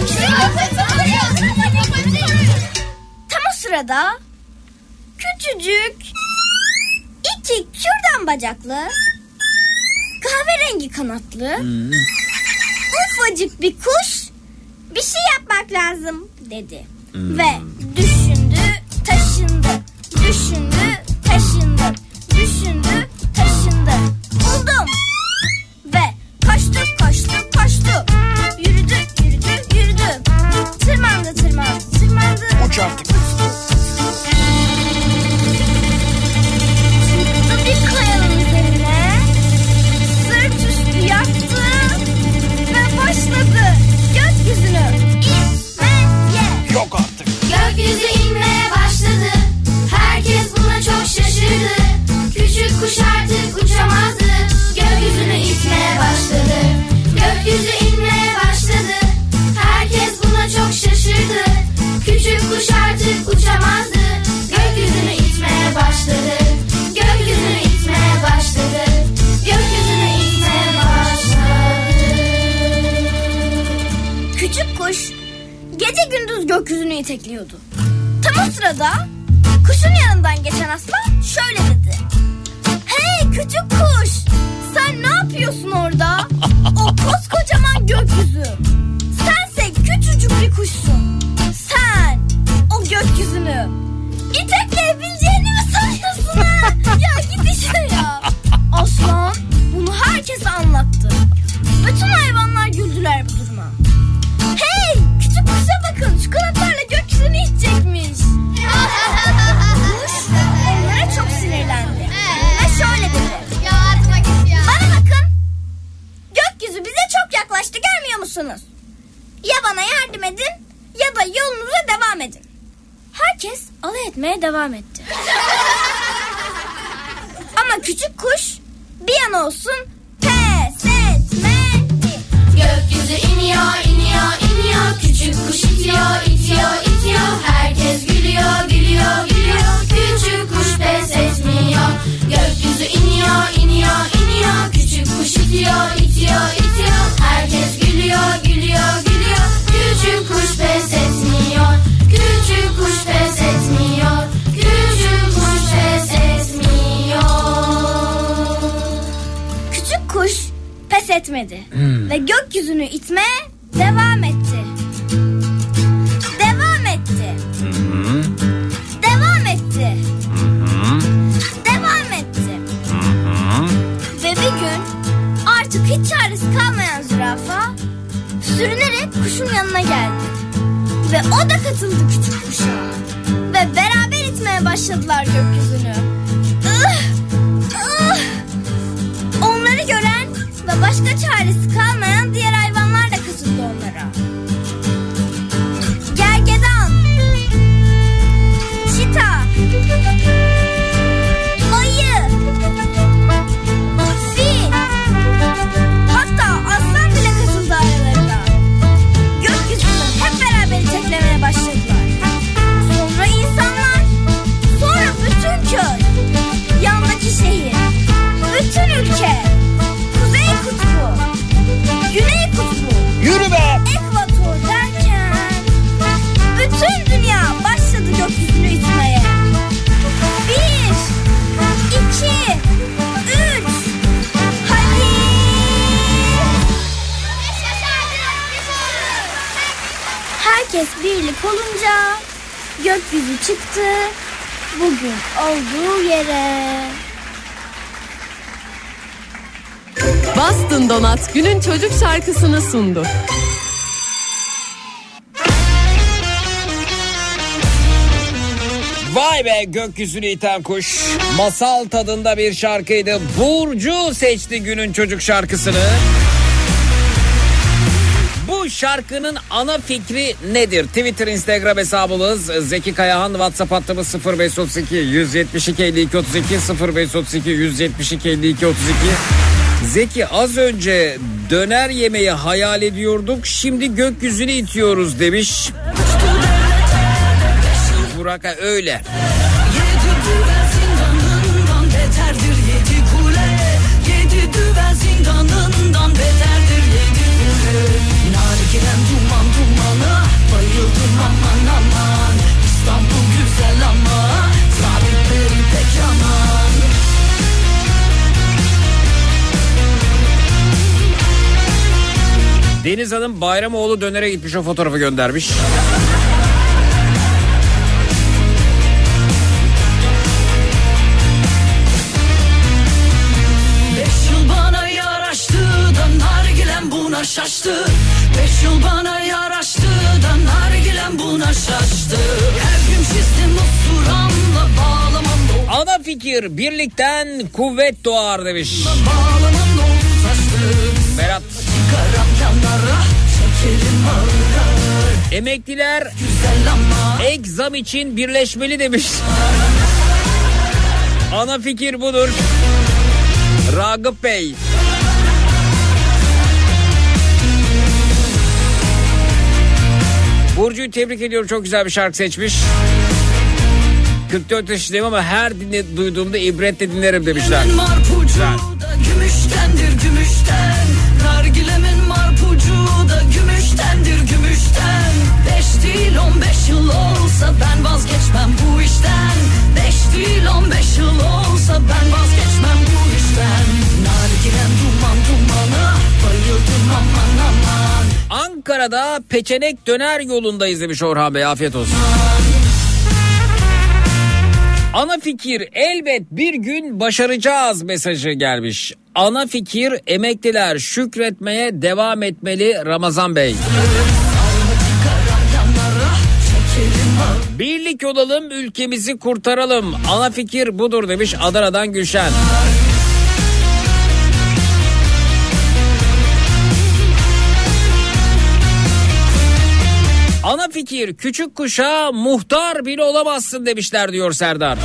Tam o sırada küçücük 2 kürdan bacaklı, kahverengi kanatlı, ufacık bir kuş bir şey yapmak lazım dedi. Ve düşündü, taşındı. Düşündü, taşındı. Düşündü, taşındı. Buldum. Ve koştu. Yürüdü. Tırmandı. Uç artık. Çıktı bir kayanın üzerine. Sırt üstü yattı. Ve başladı gökyüzünü itmeye. Yok artık. Gökyüzü inmeye başladı. Herkes buna çok şaşırdı. Küçük kuş artık uçamazdı. Gökyüzünü itmeye başladı. Gökyüzü inmeye başladı. Herkes buna çok şaşırdı. Küçük kuş artık uçamazdı. Gökyüzünü itmeye başladı. Gökyüzünü itmeye başladı. Gökyüzünü itmeye başladı. Küçük kuş gece gündüz gökyüzünü itekliyordu. Tam o sırada kuşun yanından geçen aslan şöyle dedi. Hey küçük kuş, sen ne yapıyorsun orada? O koskocaman gökyüzü. Sense küçücük bir kuşsun. Sen o gökyüzünü itekleyebileceğini mi sanıyorsun ha? Ya git işe ya. Aslan bunu herkese anlattı. Bütün hayvanlar güldüler bu duruma. Hey küçük kuşa bakın, şu kanatlarla gökyüzünü itecekmiş. Kuş onlara çok sinirlendi. Ve şöyle dedi. Bana bakın. Gökyüzü bize çok yaklaştı, görmüyor musunuz? Ya bana yardım edin ya da yolunuza devam edin. Herkes alay etmeye devam etti. Ama küçük kuş bir an olsun pes etmedi. Gökyüzü iniyor. Küçük kuş itiyor. Herkes gülüyor. Küçük kuş pes etmiyor. Gökyüzü iniyor. Küçük kuş itiyor. Herkes gülüyor. Küçük kuş pes etmiyor. Küçük kuş pes etmiyor. Küçük kuş pes etmedi. Ve gökyüzünü itmeye devam etti. Ve bir gün artık hiç çaresi kalmayan zürafa sürünerek kuşun yanına geldi. Ve o da katıldı küçük kuşa. Ve beraber itmeye başladılar gökyüzünü. Onları gören ve başka çaresi kalmayan diğer hayvanlar da katıldı onlara. Gergedan, çita, ayı, fil, hatta aslan bile katıldı aralarına. Gökyüzünü hep beraber iteklemeye başladılar. Sonra insanlar, sonra bütün köy, yandaki şehir, bütün ülke, kuzey kutbu, güney kutbu, yürü be, ekvator derken bütün dünya başladı gökyüzünü itmeye. 1, 2, 3, hadi. Herkes birlik olunca gökyüzü çıktı bugün olduğu yere. Bastın Donat günün çocuk şarkısını sundu. Vay be, gökyüzünü iten kuş. Masal tadında bir şarkıydı. Burcu seçti günün çocuk şarkısını. Bu şarkının ana fikri nedir? Twitter, Instagram hesabımız Zeki Kayahan, WhatsApp hattımız 0532 172 52 32 0532 172 52 32. Zeki az önce döner yemeği hayal ediyorduk, şimdi gökyüzünü itiyoruz demiş. Burak öyle. Duman dumana bayıldım aman aman. İstanbul güzel ama zabitleri pek yaman. Deniz Hanım Bayramoğlu dönere gitmiş, o fotoğrafı göndermiş. Şaştı. 5 yıl bana yaraştı da nargilem buna şaştı. Her gün çizdim usturamla bağlamam doldu. Ana fikir birlikten kuvvet doğar demiş. Bağlamam doldu taştı. Berat. Karam yanlara çekelim ağır. Emekliler ek zam için birleşmeli demiş. Ana fikir budur. Ragıp Bey. Burcu'yu tebrik ediyorum. Çok güzel bir şarkı seçmiş. 44 yaşındayım ama her duyduğumda ibretle dinlerim demişler. Güzel. Gümüştendir gümüşten. Nargilemin marpucu da gümüştendir gümüşten. 5 değil 15 yıl olsa ben vazgeçmem bu işten. 5 değil 15 yıl olsa ben vazgeçmem bu işten. Nargilem duman dumana bayıldım aman aman. Ankara'da Peçenek Döner yolundayız demiş Orhan Bey. Afiyet olsun. Ana fikir elbet bir gün başaracağız mesajı gelmiş. Ana fikir emekliler şükretmeye devam etmeli Ramazan Bey. Birlik olalım, ülkemizi kurtaralım. Ana fikir budur demiş Adana'dan Gülşen. Ana fikir küçük kuşa muhtar bile olamazsın demişler diyor Serdar.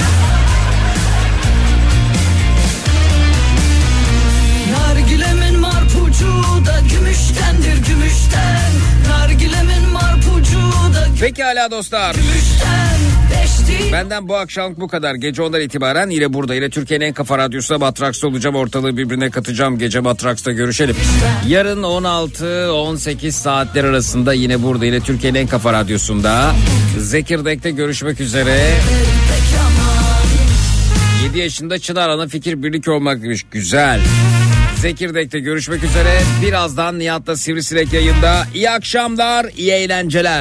Nargilemin marpucu da gümüştendir gümüşten. Nargilemin marpucu da Pekala dostlar. gümüşten. Benden bu akşamlık bu kadar. Gece 10'dan itibaren yine burada, yine Türkiye'nin en kafa radyosunda Matraks'ta olacağım. Ortalığı birbirine katacağım. Gece Matraks'ta görüşelim. Yarın 16-18 saatler arasında yine burada, yine Türkiye'nin en kafa radyosunda Zekirdek'te görüşmek üzere. 7 yaşında Çınar ana fikir birlik olmak demiş. Güzel. Zekirdek'te görüşmek üzere. Birazdan Nihat'la Sivrisinek yayında. İyi akşamlar, iyi eğlenceler.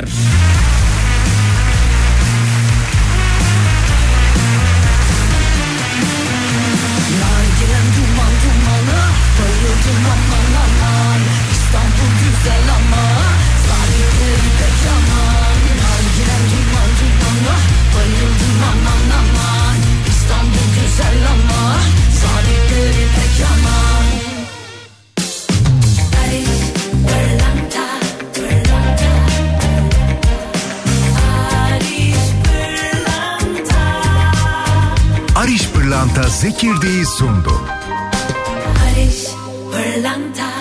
Ariş Pırlanta Zekirdek'i sundu. Ariş Pırlanta.